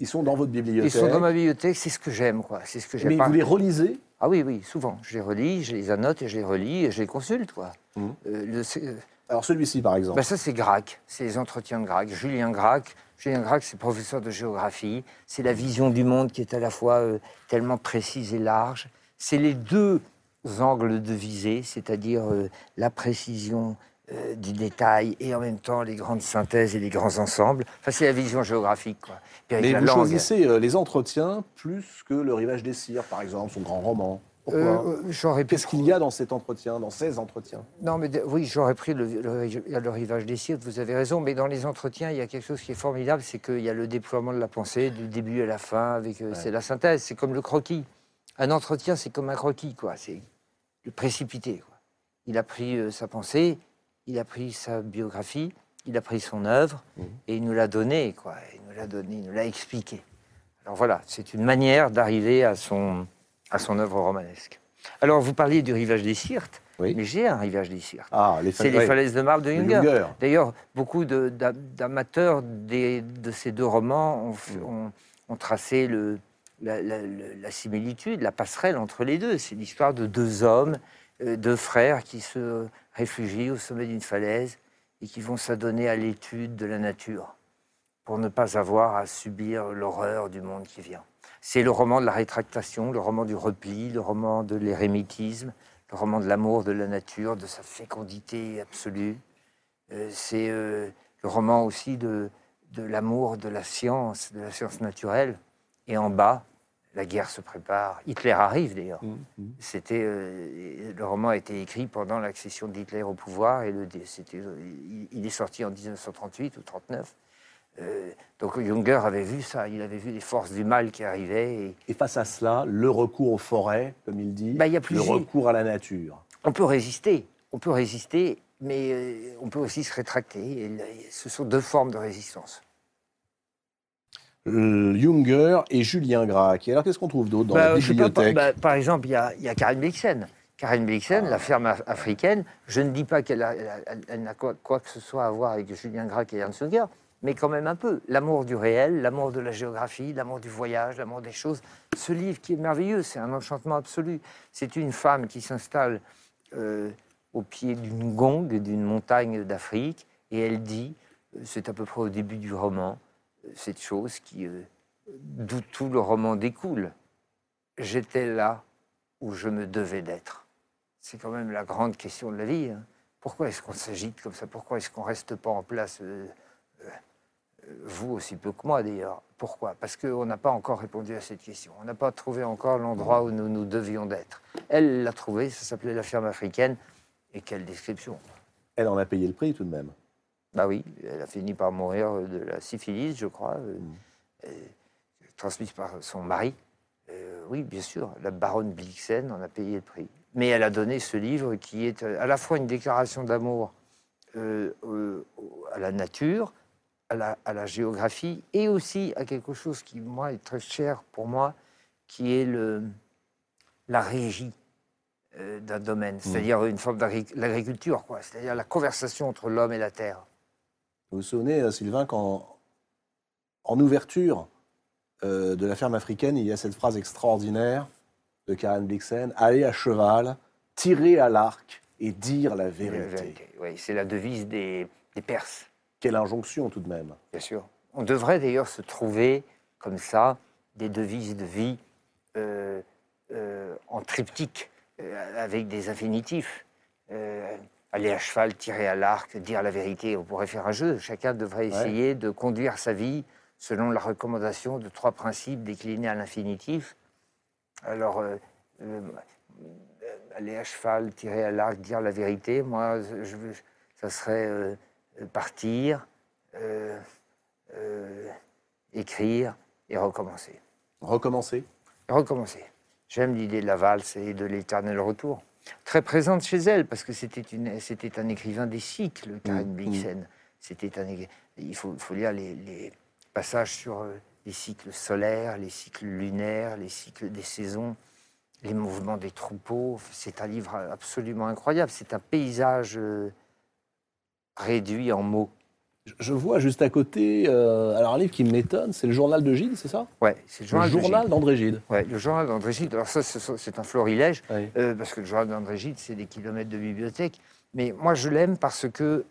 S1: Ils sont dans votre bibliothèque.
S2: Ils sont dans ma bibliothèque, c'est ce que j'aime, quoi. C'est ce que j'aime.
S1: Mais vous les relisez?
S2: Ah oui, oui, souvent. Je les relis, je les annote et je les relis et je les consulte, quoi.
S1: Alors celui-ci, par exemple.
S2: Ben ça, c'est Gracq, c'est les entretiens de Gracq. Julien Gracq, c'est professeur de géographie. C'est la vision du monde qui est à la fois tellement précise et large. C'est les deux angles de visée, c'est-à-dire la précision du détail et en même temps les grandes synthèses et les grands ensembles. Enfin, c'est la vision géographique, quoi. Puis avec
S1: Mais
S2: la
S1: vous
S2: langue.
S1: choisissez les entretiens plus que Le Rivage des Cires, par exemple, son grand roman. Pourquoi?
S2: J'aurais pu
S1: Qu'est-ce qu'il y a dans cet entretien, dans ces entretiens?
S2: Non, mais oui, j'aurais pris le Rivage des Cires, vous avez raison, mais dans les entretiens, il y a quelque chose qui est formidable, c'est qu'il y a le déploiement de la pensée, du début à la fin, avec c'est la synthèse, c'est comme le croquis. Un entretien, c'est comme un croquis, quoi, c'est le précipité, quoi. Il a pris sa pensée, il a pris sa biographie, il a pris son œuvre, et il nous l'a donné, quoi. Il nous l'a expliqué. Alors voilà, c'est une manière d'arriver à son œuvre romanesque. Alors, vous parliez du Rivage des Syrtes,
S1: Oui.
S2: mais j'ai un Rivage des Syrtes.
S1: Ah,
S2: C'est les falaises de marbre de Junger.
S1: Junger.
S2: D'ailleurs, beaucoup d'amateurs de ces deux romans ont tracé la similitude, la passerelle entre les deux. C'est l'histoire de deux hommes, deux frères qui se réfugient au sommet d'une falaise et qui vont s'adonner à l'étude de la nature pour ne pas avoir à subir l'horreur du monde qui vient. C'est le roman de la rétractation, le roman du repli, le roman de l'érémitisme, le roman de l'amour de la nature, de sa fécondité absolue. C'est le roman aussi de l'amour de la science naturelle. Et en bas, la guerre se prépare. Hitler arrive d'ailleurs. Le roman a été écrit pendant l'accession d'Hitler au pouvoir et il est sorti en 1938 ou 39. Donc Junger avait vu ça, il avait vu les forces du mal qui arrivaient.
S1: Et face à cela, le recours aux forêts, comme il dit,
S2: Il y a
S1: le
S2: plusieurs.
S1: recours à la nature.
S2: On peut résister, mais on peut aussi se rétracter. Et ce sont deux formes de résistance.
S1: Junger et Julien Gracq. Et alors, qu'est-ce qu'on trouve d'autre dans la
S2: Je sais
S1: bibliothèque?
S2: pas, par exemple, il y a Karen Blixen. Karen Blixen, la ferme africaine, je ne dis pas qu'elle n'a quoi que ce soit à voir avec Julien Gracq et Ernst Junger, mais quand même un peu. L'amour du réel, l'amour de la géographie, l'amour du voyage, l'amour des choses. Ce livre qui est merveilleux, c'est un enchantement absolu. C'est une femme qui s'installe au pied d'une gongue, d'une montagne d'Afrique, et elle dit, c'est à peu près au début du roman, cette chose d'où tout le roman découle. J'étais là où je me devais d'être. C'est quand même la grande question de la vie. Hein. Pourquoi est-ce qu'on s'agite comme ça? Pourquoi est-ce qu'on ne reste pas en place vous aussi peu que moi d'ailleurs. Pourquoi? Parce qu'on n'a pas encore répondu à cette question. On n'a pas trouvé encore l'endroit où nous devions d'être. Elle l'a trouvé, ça s'appelait la ferme africaine. Et quelle description!
S1: Elle en a payé le prix tout de même.
S2: Bah oui, elle a fini par mourir de la syphilis, je crois, transmise par son mari. Oui, bien sûr, la baronne Blixen en a payé le prix. Mais elle a donné ce livre qui est à la fois une déclaration d'amour à la nature, à la géographie, et aussi à quelque chose qui, moi, est très cher pour moi, qui est la régie d'un domaine, c'est-à-dire une forme d'agriculture, quoi. C'est-à-dire la conversation entre l'homme et la terre.
S1: Vous vous souvenez, Sylvain, qu'en ouverture de la ferme africaine, il y a cette phrase extraordinaire de Karen Blixen: aller à cheval, tirer à l'arc et dire la vérité.
S2: Oui, c'est la devise des Perses.
S1: Quelle injonction tout de même.
S2: Bien sûr. On devrait d'ailleurs se trouver comme ça des devises de vie en triptyque, avec des infinitifs. Aller à cheval, tirer à l'arc, dire la vérité. On pourrait faire un jeu. Chacun devrait essayer de conduire sa vie selon la recommandation de 3 principes déclinés à l'infinitif. Alors, aller à cheval, tirer à l'arc, dire la vérité, moi, ça serait partir, écrire et recommencer.
S1: Recommencer.
S2: Recommencer. J'aime l'idée de la valse et de l'éternel retour. Très présente chez elle, parce que c'était un écrivain des cycles, Karen Blixen. Il faut lire les passages sur les cycles solaires, les cycles lunaires, les cycles des saisons, les mouvements des troupeaux. C'est un livre absolument incroyable. C'est un paysage réduit en mots.
S1: Je vois juste à côté, alors un livre qui m'étonne, c'est le journal de Gide, c'est ça?
S2: Ouais, c'est le
S1: Journal d'André Gide.
S2: Ouais, le journal d'André Gide. Alors ça, c'est un florilège,
S1: Oui.
S2: parce que le journal d'André Gide, c'est des kilomètres de bibliothèque. Mais moi, je l'aime parce que,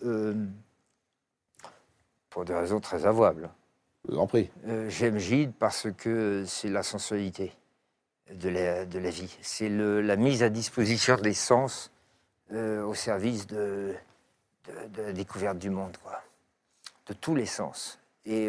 S2: pour des raisons très avouables.
S1: Je vous en prie.
S2: J'aime Gide parce que c'est la sensualité de la vie. C'est la mise à disposition des sens au service de la découverte du monde, quoi. De tous les sens. Et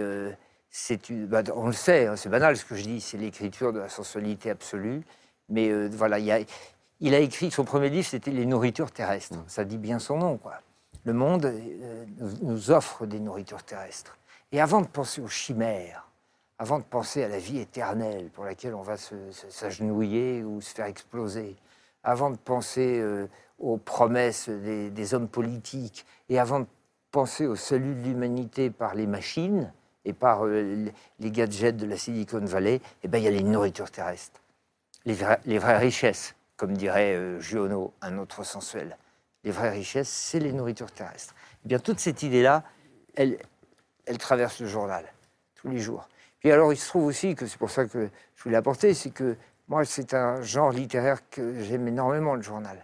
S2: on le sait, hein, c'est banal ce que je dis, c'est l'écriture de la sensualité absolue. Mais voilà, il a écrit, son premier livre, c'était Les nourritures terrestres. Ça dit bien son nom, quoi. Le monde nous offre des nourritures terrestres. Et avant de penser aux chimères, avant de penser à la vie éternelle pour laquelle on va s'agenouiller ou se faire exploser, avant de penser aux promesses des hommes politiques, et avant de penser au salut de l'humanité par les machines et par les gadgets de la Silicon Valley, eh ben, il y a les nourritures terrestres. Les vraies richesses, comme dirait Giono, un autre sensuel. Les vraies richesses, c'est les nourritures terrestres. Eh bien, toute cette idée-là, elle traverse le journal, tous les jours. Puis alors, il se trouve aussi que c'est pour ça que je voulais apporter, c'est que moi, c'est un genre littéraire que j'aime énormément, le journal.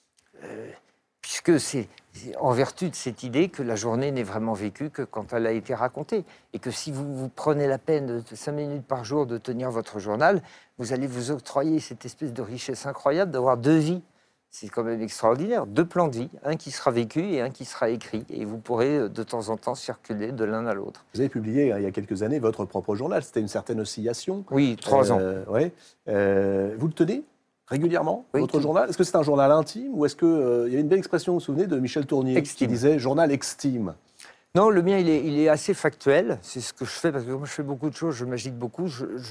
S2: Puisque c'est en vertu de cette idée que la journée n'est vraiment vécue que quand elle a été racontée. Et que si vous prenez la peine de 5 minutes par jour de tenir votre journal, vous allez vous octroyer cette espèce de richesse incroyable d'avoir 2 vies. C'est quand même extraordinaire. 2 plans de vie, un qui sera vécu et un qui sera écrit. Et vous pourrez de temps en temps circuler de l'un à l'autre.
S1: Vous avez publié il y a quelques années votre propre journal. C'était une certaine oscillation.
S2: Oui, 3 ans.
S1: Ouais. Vous le tenez régulièrement,
S2: Oui,
S1: votre journal? Est-ce que c'est un journal intime ou est-ce qu'il y a une belle expression, vous vous souvenez, de Michel Tournier
S2: Extime.
S1: qui disait « journal extime ».
S2: Non, le mien, il est assez factuel. C'est ce que je fais, parce que moi, je fais beaucoup de choses, je m'agite beaucoup.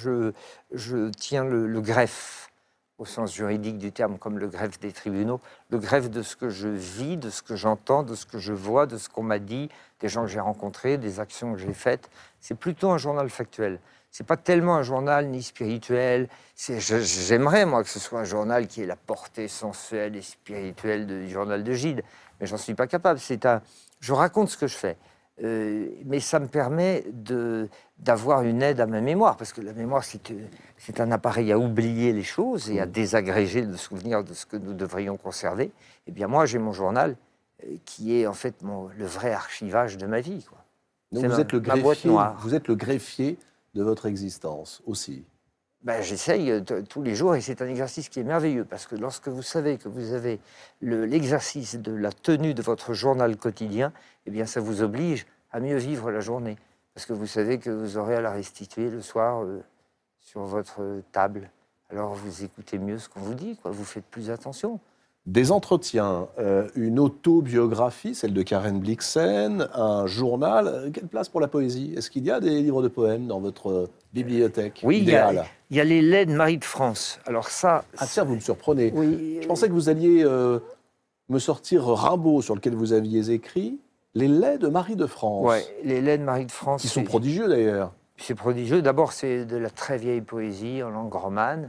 S2: Je tiens le greffe, au sens juridique du terme, comme le greffe des tribunaux. Le greffe de ce que je vis, de ce que j'entends, de ce que je vois, de ce qu'on m'a dit, des gens que j'ai rencontrés, des actions que j'ai faites. C'est plutôt un journal factuel. C'est pas tellement un journal ni spirituel. J'aimerais, moi, que ce soit un journal qui ait la portée sensuelle et spirituelle du journal de Gide. Mais j'en suis pas capable. Je raconte ce que je fais. Mais ça me permet d'avoir une aide à ma mémoire, parce que la mémoire, c'est un appareil à oublier les choses et à désagréger le souvenir de ce que nous devrions conserver. Eh bien, moi, j'ai mon journal qui est en fait le vrai archivage de ma vie, quoi.
S1: Donc vous êtes le greffier de votre existence aussi.
S2: Ben, j'essaye tous les jours, et c'est un exercice qui est merveilleux, parce que lorsque vous savez que vous avez l'exercice de la tenue de votre journal quotidien, eh bien, ça vous oblige à mieux vivre la journée, parce que vous savez que vous aurez à la restituer le soir sur votre table. Alors vous écoutez mieux ce qu'on vous dit, quoi. Vous faites plus attention.
S1: Des entretiens, une autobiographie, celle de Karen Blixen, un journal. Quelle place pour la poésie? Est-ce qu'il y a des livres de poèmes dans votre bibliothèque?
S2: Oui,
S1: idéale?
S2: il y a les laits de Marie de France. Alors ça...
S1: Ah tiens, vous me surprenez.
S2: Oui,
S1: Je pensais que vous alliez me sortir Rimbaud, sur lequel vous aviez écrit les laits de Marie de France.
S2: Ouais, les laits de Marie de France.
S1: Qui sont prodigieux d'ailleurs.
S2: C'est prodigieux. D'abord, c'est de la très vieille poésie en langue romane.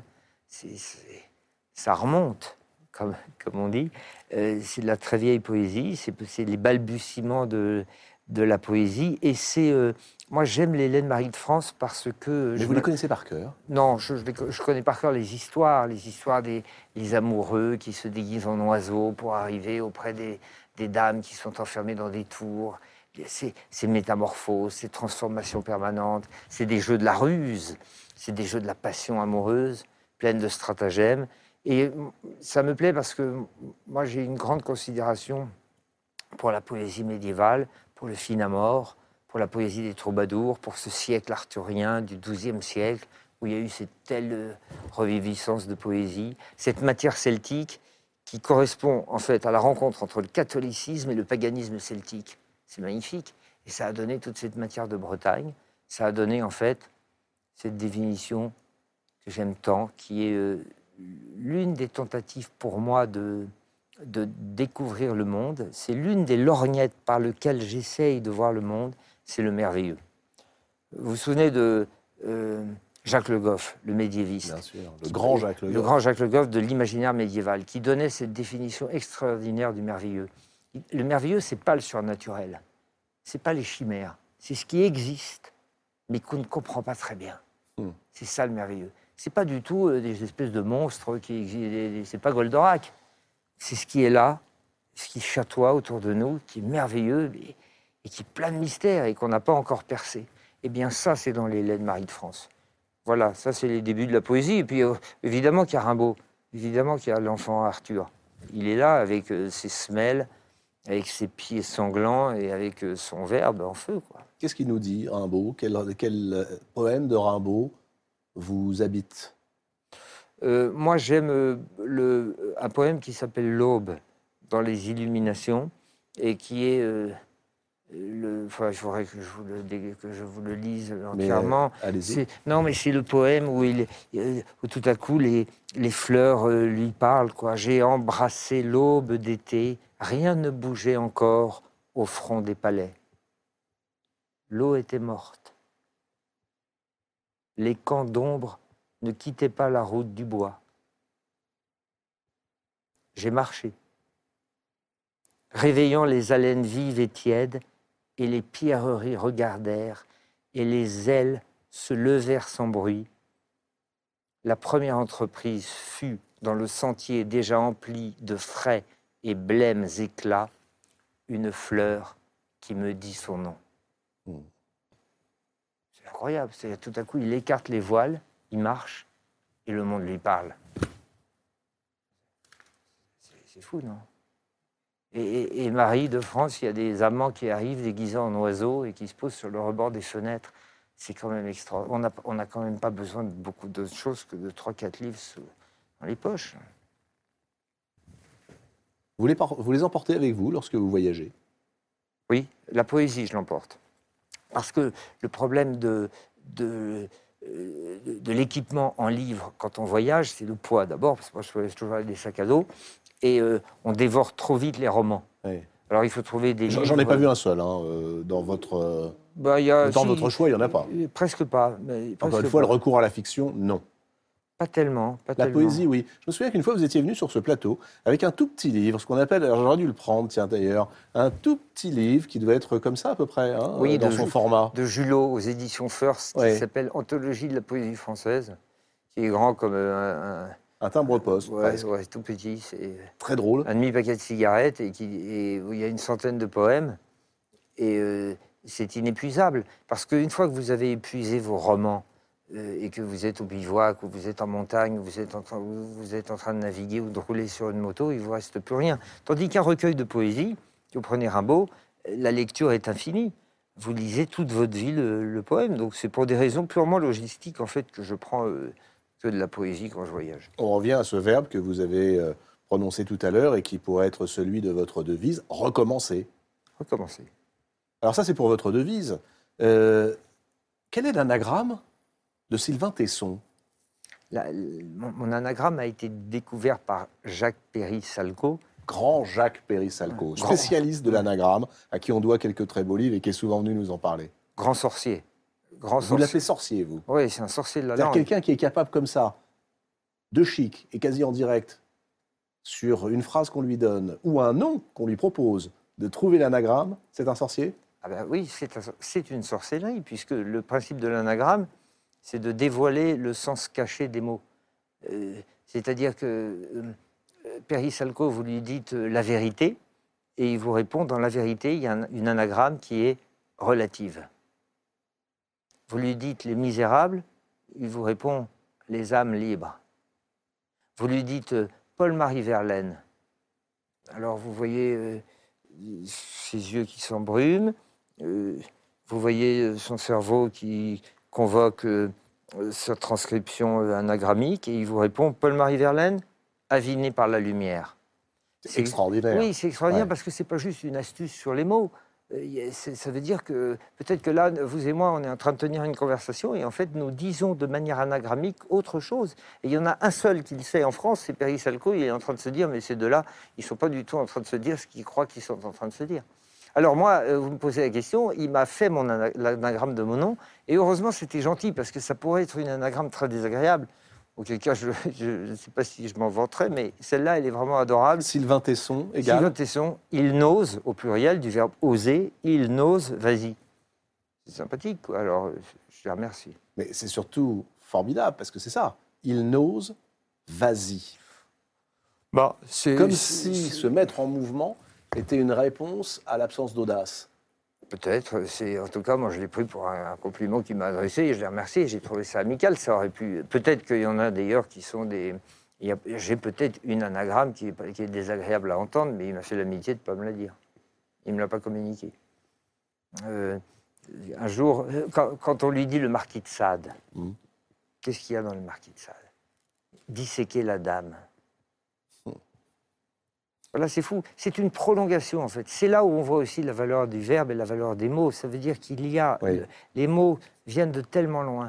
S2: Ça remonte, comme on dit. C'est de la très vieille poésie. C'est les balbutiements de la poésie. Et moi, j'aime les laits de Marie de France parce que...
S1: Mais vous les connaissez par cœur?
S2: Non, je connais par cœur les histoires des amoureux qui se déguisent en oiseaux pour arriver auprès des dames qui sont enfermées dans des tours. Ces métamorphoses, ces transformations permanentes. C'est des jeux de la ruse, c'est des jeux de la passion amoureuse, pleine de stratagèmes. Et ça me plaît parce que moi, j'ai une grande considération pour la poésie médiévale, pour le Finamore, pour la poésie des troubadours, pour ce siècle arthurien du XIIe siècle, où il y a eu cette telle reviviscence de poésie, cette matière celtique qui correspond en fait à la rencontre entre le catholicisme et le paganisme celtique. C'est magnifique. Et ça a donné toute cette matière de Bretagne. Ça a donné en fait cette définition que j'aime tant, qui est l'une des tentatives pour moi de découvrir le monde. C'est l'une des lorgnettes par lesquelles j'essaye de voir le monde. C'est le merveilleux. Vous vous souvenez de Jacques Le Goff, le médiéviste?
S1: Bien sûr, le grand Jacques Le Goff.
S2: Le grand Jacques Le Goff de l'imaginaire médiéval, qui donnait cette définition extraordinaire du merveilleux. Le merveilleux, c'est pas le surnaturel. c'est pas les chimères, c'est ce qui existe, mais qu'on ne comprend pas très bien. C'est ça le merveilleux. C'est pas du tout des espèces de monstres qui existent, c'est pas Goldorak. C'est ce qui est là, ce qui chatoie autour de nous, qui est merveilleux et qui est plein de mystères et qu'on n'a pas encore percé. Eh bien ça, c'est dans les laits de Marie de France. Voilà, ça c'est les débuts de la poésie. Et puis évidemment qu'il y a Rimbaud, évidemment qu'il y a l'enfant Arthur. Il est là avec ses semelles, avec ses pieds sanglants et avec son verbe en feu, quoi.
S1: Qu'est-ce qu'il nous dit, Rimbaud? Quel poème de Rimbaud vous habite?
S2: Moi, j'aime un poème qui s'appelle L'Aube, dans les Illuminations, et qui est... il faudrait que je vous le lise entièrement.
S1: Allez-y.
S2: Non, mais c'est le poème où, où tout à coup les fleurs lui parlent, quoi. J'ai embrassé l'aube d'été, rien ne bougeait encore au front des palais. L'eau était morte. Les camps d'ombre ne quittaient pas la route du bois. J'ai marché, réveillant les haleines vives et tièdes, et les pierreries regardèrent, et les ailes se levèrent sans bruit. La première entreprise fut, dans le sentier déjà empli de frais et blêmes éclats, une fleur qui me dit son nom. C'est incroyable, c'est tout à coup, il écarte les voiles, il marche, et le monde lui parle. C'est fou, non? Et Marie de France, il y a des amants qui arrivent déguisés en oiseaux et qui se posent sur le rebord des fenêtres. C'est quand même extraordinaire. On n'a quand même pas besoin de beaucoup d'autres choses que de 3-4 livres dans les poches.
S1: Vous les emportez avec vous lorsque vous voyagez?
S2: Oui, la poésie, je l'emporte. Parce que le problème de l'équipement en livre quand on voyage, c'est le poids d'abord, parce que moi je voyage toujours avec des sacs à dos, et on dévore trop vite les romans.
S1: Oui.
S2: Alors il faut trouver des livres...
S1: J'en ai pas vu un seul, hein, dans votre... votre choix, il n'y en a pas.
S2: Presque pas.
S1: Encore une fois, le recours à la fiction, non.
S2: Pas tellement.
S1: La poésie, oui. Je me souviens qu'une fois, vous étiez venu sur ce plateau avec un tout petit livre, ce qu'on appelle, alors j'aurais dû le prendre, tiens d'ailleurs, un tout petit livre qui devait être comme ça à peu près, hein,
S2: oui,
S1: dans son format.
S2: De Julot aux éditions First, qui s'appelle Anthologie de la poésie française, qui est grand comme
S1: un timbre-poste.
S2: Ouais, tout petit. C'est
S1: très drôle.
S2: Un demi-paquet de cigarettes et où il y a une centaine de poèmes. Et c'est inépuisable. Parce qu'une fois que vous avez épuisé vos romans, et que vous êtes au bivouac, ou vous êtes en montagne, ou vous êtes en train de naviguer ou de rouler sur une moto, il ne vous reste plus rien. Tandis qu'un recueil de poésie, vous prenez Rimbaud, la lecture est infinie. Vous lisez toute votre vie le poème. Donc c'est pour des raisons purement logistiques, en fait, que je prends que de la poésie quand je voyage.
S1: On revient à ce verbe que vous avez prononcé tout à l'heure et qui pourrait être celui de votre devise, recommencer.
S2: Recommencer.
S1: Alors ça, c'est pour votre devise. Quel est l'anagramme de Sylvain Tesson?
S2: Mon anagramme a été découvert par Jacques Péry-Salco.
S1: Grand Jacques Péry-Salco, spécialiste de l'anagramme, à qui on doit quelques très beaux livres et qui est souvent venu nous en parler.
S2: Grand sorcier.
S1: Vous l'appelez sorcier, vous?
S2: Oui, c'est un sorcier de la langue.
S1: Quelqu'un qui est capable comme ça, de chic et quasi en direct, sur une phrase qu'on lui donne ou un nom qu'on lui propose, de trouver l'anagramme, c'est un sorcier?
S2: Ah ben oui, c'est une sorcellerie, puisque le principe de l'anagramme, c'est de dévoiler le sens caché des mots. C'est-à-dire que Péry-Salco, vous lui dites la vérité, et il vous répond, dans la vérité, il y a une anagramme qui est relative. Vous lui dites les misérables, il vous répond les âmes libres. Vous lui dites Paul-Marie Verlaine. Alors vous voyez ses yeux qui s'embrument, vous voyez son cerveau qui convoque sa transcription anagrammique et il vous répond Paul-Marie Verlaine, aviné par la lumière.
S1: C'est extraordinaire.
S2: Oui, c'est extraordinaire parce que c'est pas juste une astuce sur les mots. Ça veut dire que peut-être que là, vous et moi, on est en train de tenir une conversation et en fait, nous disons de manière anagrammique autre chose. Et il y en a un seul qui le sait en France, c'est Péry-Salco. Il est en train de se dire, mais ces deux-là, ils ne sont pas du tout en train de se dire ce qu'ils croient qu'ils sont en train de se dire. Alors moi, vous me posez la question, il m'a fait l'anagramme de mon nom et heureusement, c'était gentil parce que ça pourrait être une anagramme très désagréable. Auquel cas, je ne sais pas si je m'en vanterais, mais celle-là, elle est vraiment adorable.
S1: Sylvain Tesson, égal.
S2: Sylvain Tesson, il n'ose, au pluriel du verbe oser, il n'ose, vas-y. C'est sympathique, quoi. Alors, je les remercie.
S1: Mais c'est surtout formidable, parce que c'est ça. Il n'ose, vas-y.
S2: Bah,
S1: Comme si se mettre en mouvement était une réponse à l'absence d'audace.
S2: Peut-être. En tout cas, moi, je l'ai pris pour un compliment qu'il m'a adressé et je l'ai remercié. J'ai trouvé ça amical. Ça aurait pu... Peut-être qu'il y en a d'ailleurs qui sont des... J'ai peut-être une anagramme qui est désagréable à entendre, mais il m'a fait l'amitié de ne pas me la dire. Il ne me l'a pas communiqué. Un jour, quand on lui dit le marquis de Sade, qu'est-ce qu'il y a dans le marquis de Sade? Disséquer la dame. Voilà, c'est fou. C'est une prolongation, en fait. C'est là où on voit aussi la valeur du verbe et la valeur des mots. Ça veut dire qu'il y a...
S1: Oui.
S2: Les mots viennent de tellement loin.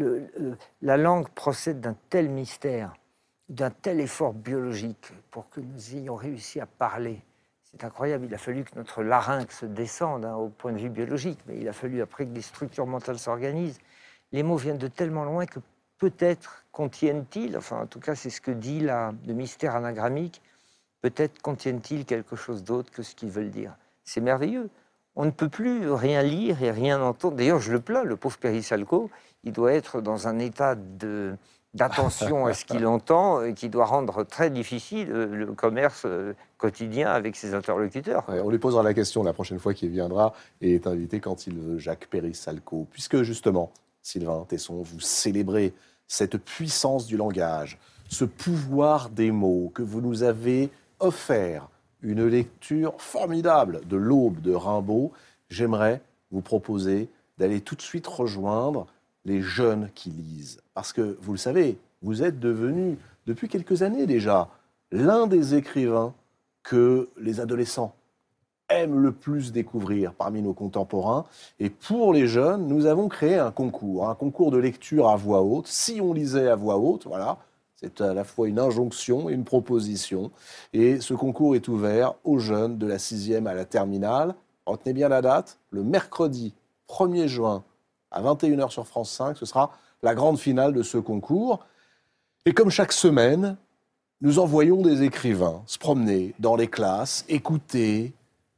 S2: La langue procède d'un tel mystère, d'un tel effort biologique pour que nous ayons réussi à parler. C'est incroyable. Il a fallu que notre larynx descende au point de vue biologique, mais il a fallu après que les structures mentales s'organisent. Les mots viennent de tellement loin que peut-être contiennent-ils, enfin en tout cas c'est ce que dit le mystère anagrammique, peut-être contiennent-ils quelque chose d'autre que ce qu'ils veulent dire. C'est merveilleux. On ne peut plus rien lire et rien entendre. D'ailleurs, je le plains, le pauvre Périssalco, il doit être dans un état d'attention à ce qu'il entend et qui doit rendre très difficile le commerce quotidien avec ses interlocuteurs.
S1: Ouais, on lui posera la question la prochaine fois qu'il viendra et est invité quand il veut, Jacques Périssalco. Puisque justement, Sylvain Tesson, vous célébrez cette puissance du langage, ce pouvoir des mots que vous nous avez offert, une lecture formidable de l'Aube de Rimbaud, j'aimerais vous proposer d'aller tout de suite rejoindre les jeunes qui lisent. Parce que, vous le savez, vous êtes devenu, depuis quelques années déjà, l'un des écrivains que les adolescents aiment le plus découvrir parmi nos contemporains. Et pour les jeunes, nous avons créé un concours de lecture à voix haute. Si on lisait à voix haute, voilà, c'est à la fois une injonction et une proposition. Et ce concours est ouvert aux jeunes de la 6e à la terminale. Retenez bien la date, le mercredi 1er juin à 21h sur France 5, ce sera la grande finale de ce concours. Et comme chaque semaine, nous envoyons des écrivains se promener dans les classes, écouter,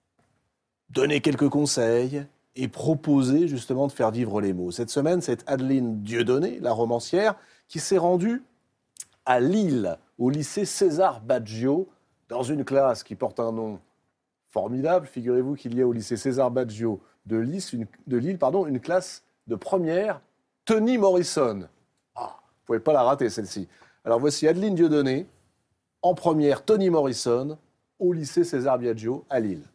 S1: donner quelques conseils et proposer justement de faire vivre les mots. Cette semaine, c'est Adeline Dieudonné, la romancière, qui s'est rendue à Lille, au lycée César Baggio, dans une classe qui porte un nom formidable. Figurez-vous qu'il y a au lycée César Baggio de Lille, une classe de première, Toni Morrison. Ah, vous ne pouvez pas la rater, celle-ci. Alors voici Adeline Dieudonné, en première, Toni Morrison, au lycée César Baggio à Lille.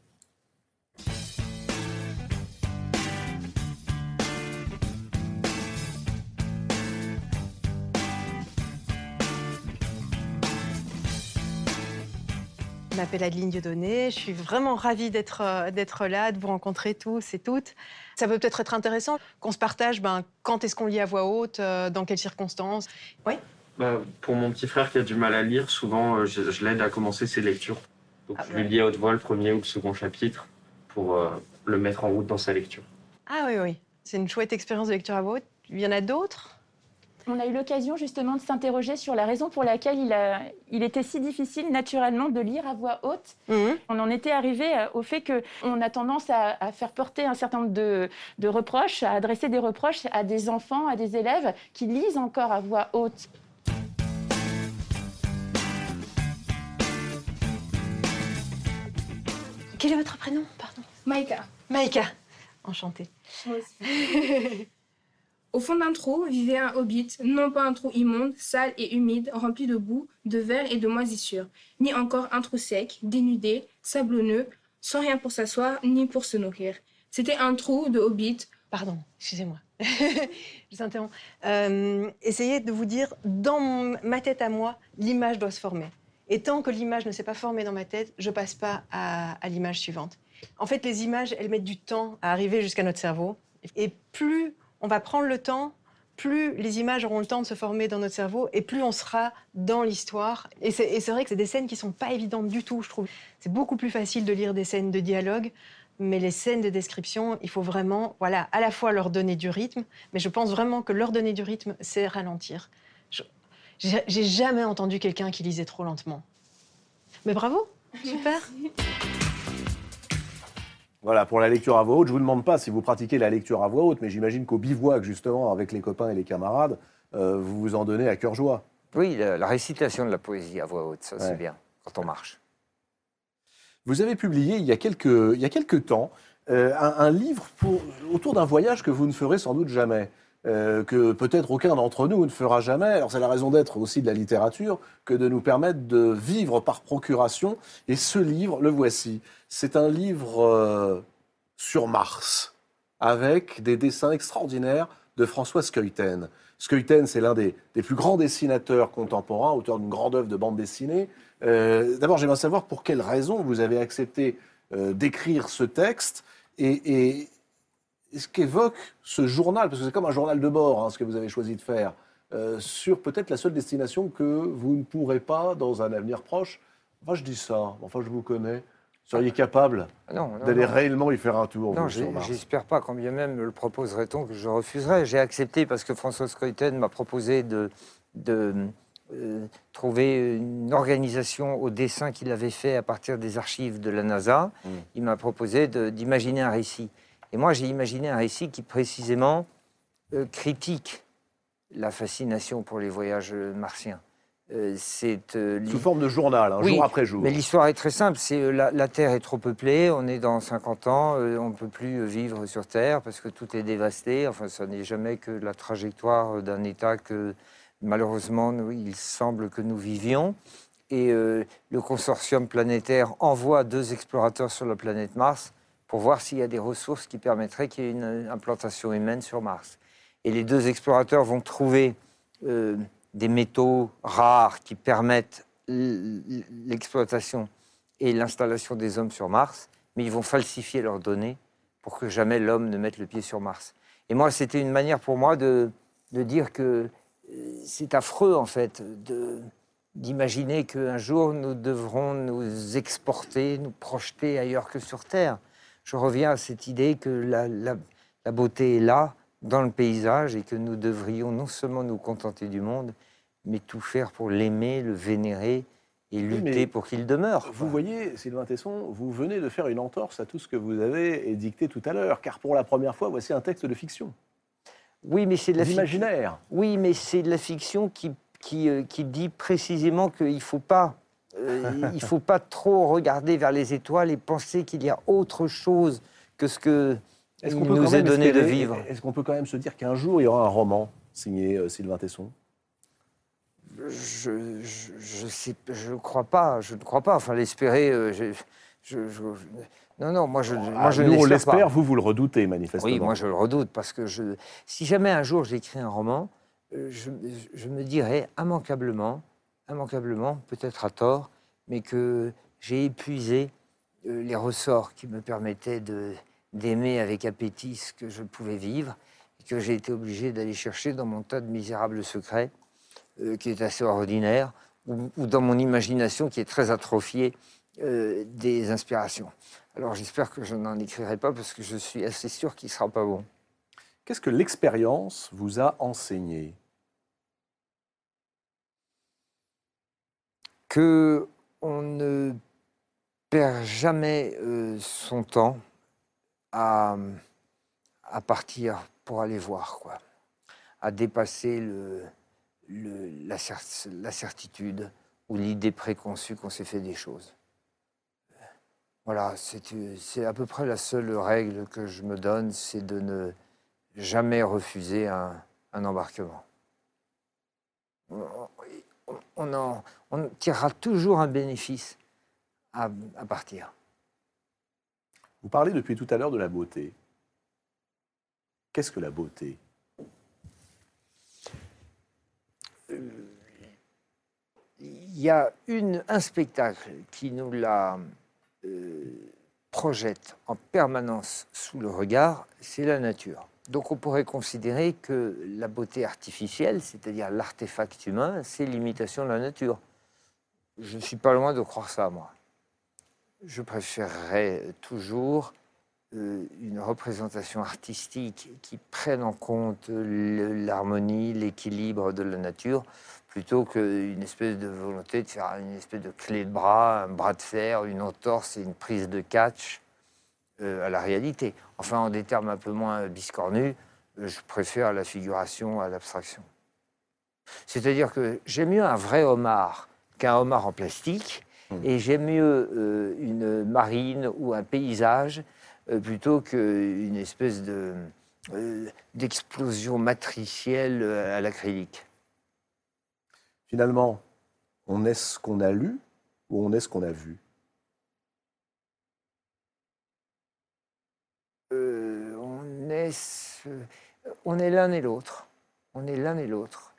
S7: Je m'appelle Adeline Dieudonné, je suis vraiment ravie d'être là, de vous rencontrer tous et toutes. Ça peut peut-être être intéressant qu'on se partage quand est-ce qu'on lit à voix haute, dans quelles circonstances. Oui.
S8: Pour mon petit frère qui a du mal à lire, souvent je l'aide à commencer ses lectures. Donc je lui lis à haute voix le premier ou le second chapitre pour le mettre en route dans sa lecture.
S7: Ah oui, c'est une chouette expérience de lecture à voix haute. Il y en a d'autres ?
S9: On a eu l'occasion justement de s'interroger sur la raison pour laquelle il était si difficile naturellement de lire à voix haute. On en était arrivé au fait qu'on a tendance à faire porter un certain nombre de reproches, à adresser des reproches à des enfants, à des élèves qui lisent encore à voix haute.
S7: Quel est votre prénom, pardon ?
S10: Maïka.
S7: Maïka. Enchantée.
S10: Moi aussi. Au fond d'un trou vivait un hobbit, non pas un trou immonde, sale et humide, rempli de boue, de vers et de moisissures, ni encore un trou sec, dénudé, sablonneux, sans rien pour s'asseoir ni pour se nourrir. C'était un trou de hobbit.
S7: Pardon, excusez-moi. Je vous interromps. Essayez de vous dire, dans ma tête à moi, l'image doit se former. Et tant que l'image ne s'est pas formée dans ma tête, je passe pas à l'image suivante. En fait, les images, elles mettent du temps à arriver jusqu'à notre cerveau. Et plus on va prendre le temps, plus les images auront le temps de se former dans notre cerveau et plus on sera dans l'histoire. Et c'est vrai que c'est des scènes qui ne sont pas évidentes du tout, je trouve. C'est beaucoup plus facile de lire des scènes de dialogue, mais les scènes de description, il faut vraiment, à la fois leur donner du rythme, mais je pense vraiment que leur donner du rythme, c'est ralentir. J'ai jamais entendu quelqu'un qui lisait trop lentement. Mais bravo, super.
S1: Voilà, pour la lecture à voix haute, je ne vous demande pas si vous pratiquez la lecture à voix haute, mais j'imagine qu'au bivouac, justement, avec les copains et les camarades, vous vous en donnez à cœur joie.
S2: Oui, la récitation de la poésie à voix haute, ça c'est bien, quand on marche.
S1: Vous avez publié, il y a quelques temps, un livre autour d'un voyage que vous ne ferez sans doute jamais. Que peut-être aucun d'entre nous ne fera jamais. Alors c'est la raison d'être aussi de la littérature que de nous permettre de vivre par procuration. Et ce livre, le voici. C'est un livre sur Mars, avec des dessins extraordinaires de François Scheuten. Scheuten, c'est l'un des plus grands dessinateurs contemporains, auteur d'une grande œuvre de bande dessinée. D'abord, j'aimerais savoir pour quelles raisons vous avez accepté d'écrire ce texte et ce qu'évoque ce journal, parce que c'est comme un journal de bord, hein, ce que vous avez choisi de faire, sur peut-être la seule destination que vous ne pourrez pas, dans un avenir proche, enfin je dis ça, enfin je vous connais, seriez capable d'aller réellement y faire un tour?
S2: Non, j'espère pas, quand bien même me le proposerait-on que je refuserais. J'ai accepté parce que François Scheuten m'a proposé de trouver une organisation au dessin qu'il avait fait à partir des archives de la NASA. Il m'a proposé d'imaginer un récit. Et moi, j'ai imaginé un récit qui, précisément, critique la fascination pour les voyages martiens.
S1: Sous forme de journal, oui, jour après jour.
S2: Mais l'histoire est très simple. La Terre est trop peuplée, on est dans 50 ans, on ne peut plus vivre sur Terre parce que tout est dévasté. Enfin, ça n'est jamais que la trajectoire d'un état que, malheureusement, il semble que nous vivions. Et le consortium planétaire envoie 2 explorateurs sur la planète Mars pour voir s'il y a des ressources qui permettraient qu'il y ait une implantation humaine sur Mars. Et les 2 explorateurs vont trouver des métaux rares qui permettent l'exploitation et l'installation des hommes sur Mars, mais ils vont falsifier leurs données pour que jamais l'homme ne mette le pied sur Mars. Et moi, c'était une manière pour moi de dire que c'est affreux, en fait, d'imaginer qu'un jour, nous devrons nous exporter, nous projeter ailleurs que sur Terre. Je reviens à cette idée que la beauté est là, dans le paysage, et que nous devrions non seulement nous contenter du monde, mais tout faire pour l'aimer, le vénérer et lutter pour qu'il demeure.
S1: Vous voyez, Sylvain Tesson, vous venez de faire une entorse à tout ce que vous avez édicté tout à l'heure, car pour la première fois, voici un texte de fiction.
S2: Oui, mais c'est de
S1: l'imaginaire.
S2: Oui, mais c'est de la fiction qui dit précisément qu'il ne faut pas... il ne faut pas trop regarder vers les étoiles et penser qu'il y a autre chose que ce que nous est donné de vivre.
S1: Est-ce qu'on peut quand même se dire qu'un jour, il y aura un roman signé Sylvain Tesson?
S2: Je ne crois pas. Je ne crois pas. Enfin, l'espérer... Non, moi je ne l'espère pas.
S1: On l'espère, vous le redoutez, manifestement.
S2: Oui, moi je le redoute, parce que si jamais un jour j'écris un roman, je me dirais immanquablement, peut-être à tort, mais que j'ai épuisé les ressorts qui me permettaient d'aimer avec appétit ce que je pouvais vivre, et que j'ai été obligé d'aller chercher dans mon tas de misérables secrets, qui est assez ordinaire, ou dans mon imagination qui est très atrophiée, des inspirations. Alors j'espère que je n'en écrirai pas, parce que je suis assez sûr qu'il ne sera pas bon.
S1: Qu'est-ce que l'expérience vous a enseigné?
S2: Qu'on ne perd jamais son temps à partir pour aller voir, quoi. À dépasser la certitude ou l'idée préconçue qu'on s'est fait des choses. Voilà, c'est à peu près la seule règle que je me donne, c'est de ne jamais refuser un embarquement. On tirera toujours un bénéfice à partir.
S1: Vous parlez depuis tout à l'heure de la beauté. Qu'est-ce que la beauté?
S2: Il y a un spectacle qui nous la projette en permanence sous le regard, c'est la nature. Donc on pourrait considérer que la beauté artificielle, c'est-à-dire l'artefact humain, c'est l'imitation de la nature. Je ne suis pas loin de croire ça, moi. Je préférerais toujours une représentation artistique qui prenne en compte l'harmonie, l'équilibre de la nature, plutôt qu'une espèce de volonté de faire une espèce de clé de bras, un bras de fer, une entorse et une prise de catch à la réalité. Enfin, en des termes un peu moins biscornus, je préfère la figuration à l'abstraction. C'est-à-dire que j'aime mieux un vrai homard qu'un homard en plastique, et j'aime mieux une marine ou un paysage plutôt qu'une espèce d'explosion matricielle à l'acrylique.
S1: Finalement, on est ce qu'on a lu ou on est ce qu'on a vu?
S2: On est l'un et l'autre. On est l'un et l'autre.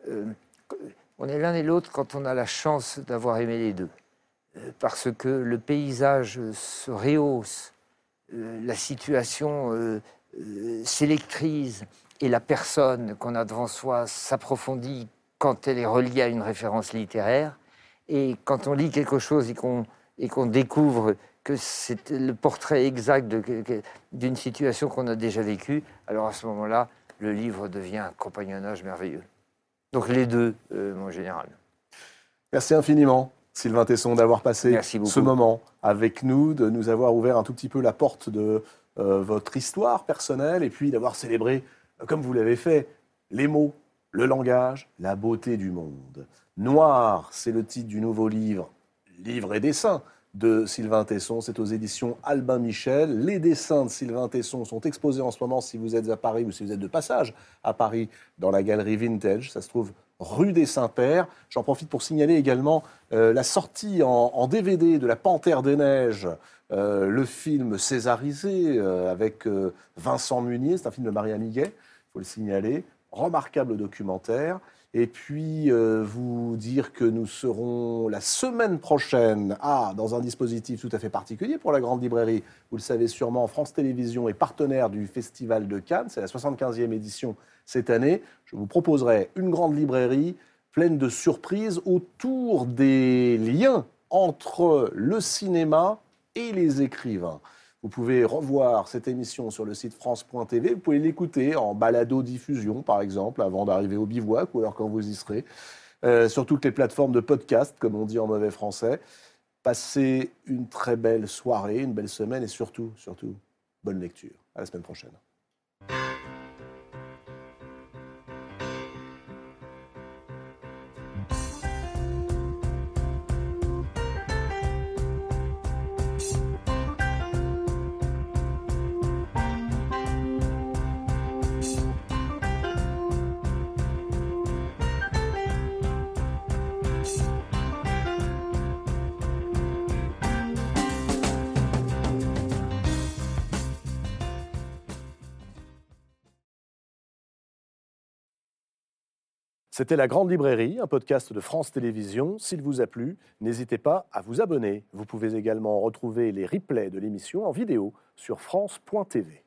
S2: On est l'un et l'autre quand on a la chance d'avoir aimé les deux. Parce que le paysage se rehausse, la situation s'électrise et la personne qu'on a devant soi s'approfondit quand elle est reliée à une référence littéraire. Et quand on lit quelque chose et qu'on découvre que c'est le portrait exact d'une situation qu'on a déjà vécue, alors à ce moment-là, le livre devient un compagnonnage merveilleux. Donc les deux, en général.
S1: Merci infiniment, Sylvain Tesson, d'avoir passé ce moment avec nous, de nous avoir ouvert un tout petit peu la porte de votre histoire personnelle et puis d'avoir célébré, comme vous l'avez fait, les mots, le langage, la beauté du monde. Noir, c'est le titre du nouveau livre, Livre et dessin, de Sylvain Tesson. C'est aux éditions Albin Michel. Les dessins de Sylvain Tesson sont exposés en ce moment si vous êtes à Paris ou si vous êtes de passage à Paris dans la galerie Vintage. Ça se trouve rue des Saints-Pères. J'en profite pour signaler également la sortie en DVD de La Panthère des Neiges, le film césarisé avec Vincent Munier. C'est un film de Maria Miguet, il faut le signaler. Remarquable documentaire. Et puis, vous dire que nous serons la semaine prochaine dans un dispositif tout à fait particulier pour la Grande Librairie. Vous le savez sûrement, France Télévisions est partenaire du Festival de Cannes. C'est la 75e édition cette année. Je vous proposerai une grande librairie pleine de surprises autour des liens entre le cinéma et les écrivains. Vous pouvez revoir cette émission sur le site France.tv. Vous pouvez l'écouter en balado-diffusion, par exemple, avant d'arriver au bivouac ou alors quand vous y serez. Sur toutes les plateformes de podcast, comme on dit en mauvais français. Passez une très belle soirée, une belle semaine et surtout, bonne lecture. À la semaine prochaine. C'était La Grande Librairie, un podcast de France Télévisions. S'il vous a plu, n'hésitez pas à vous abonner. Vous pouvez également retrouver les replays de l'émission en vidéo sur France.tv.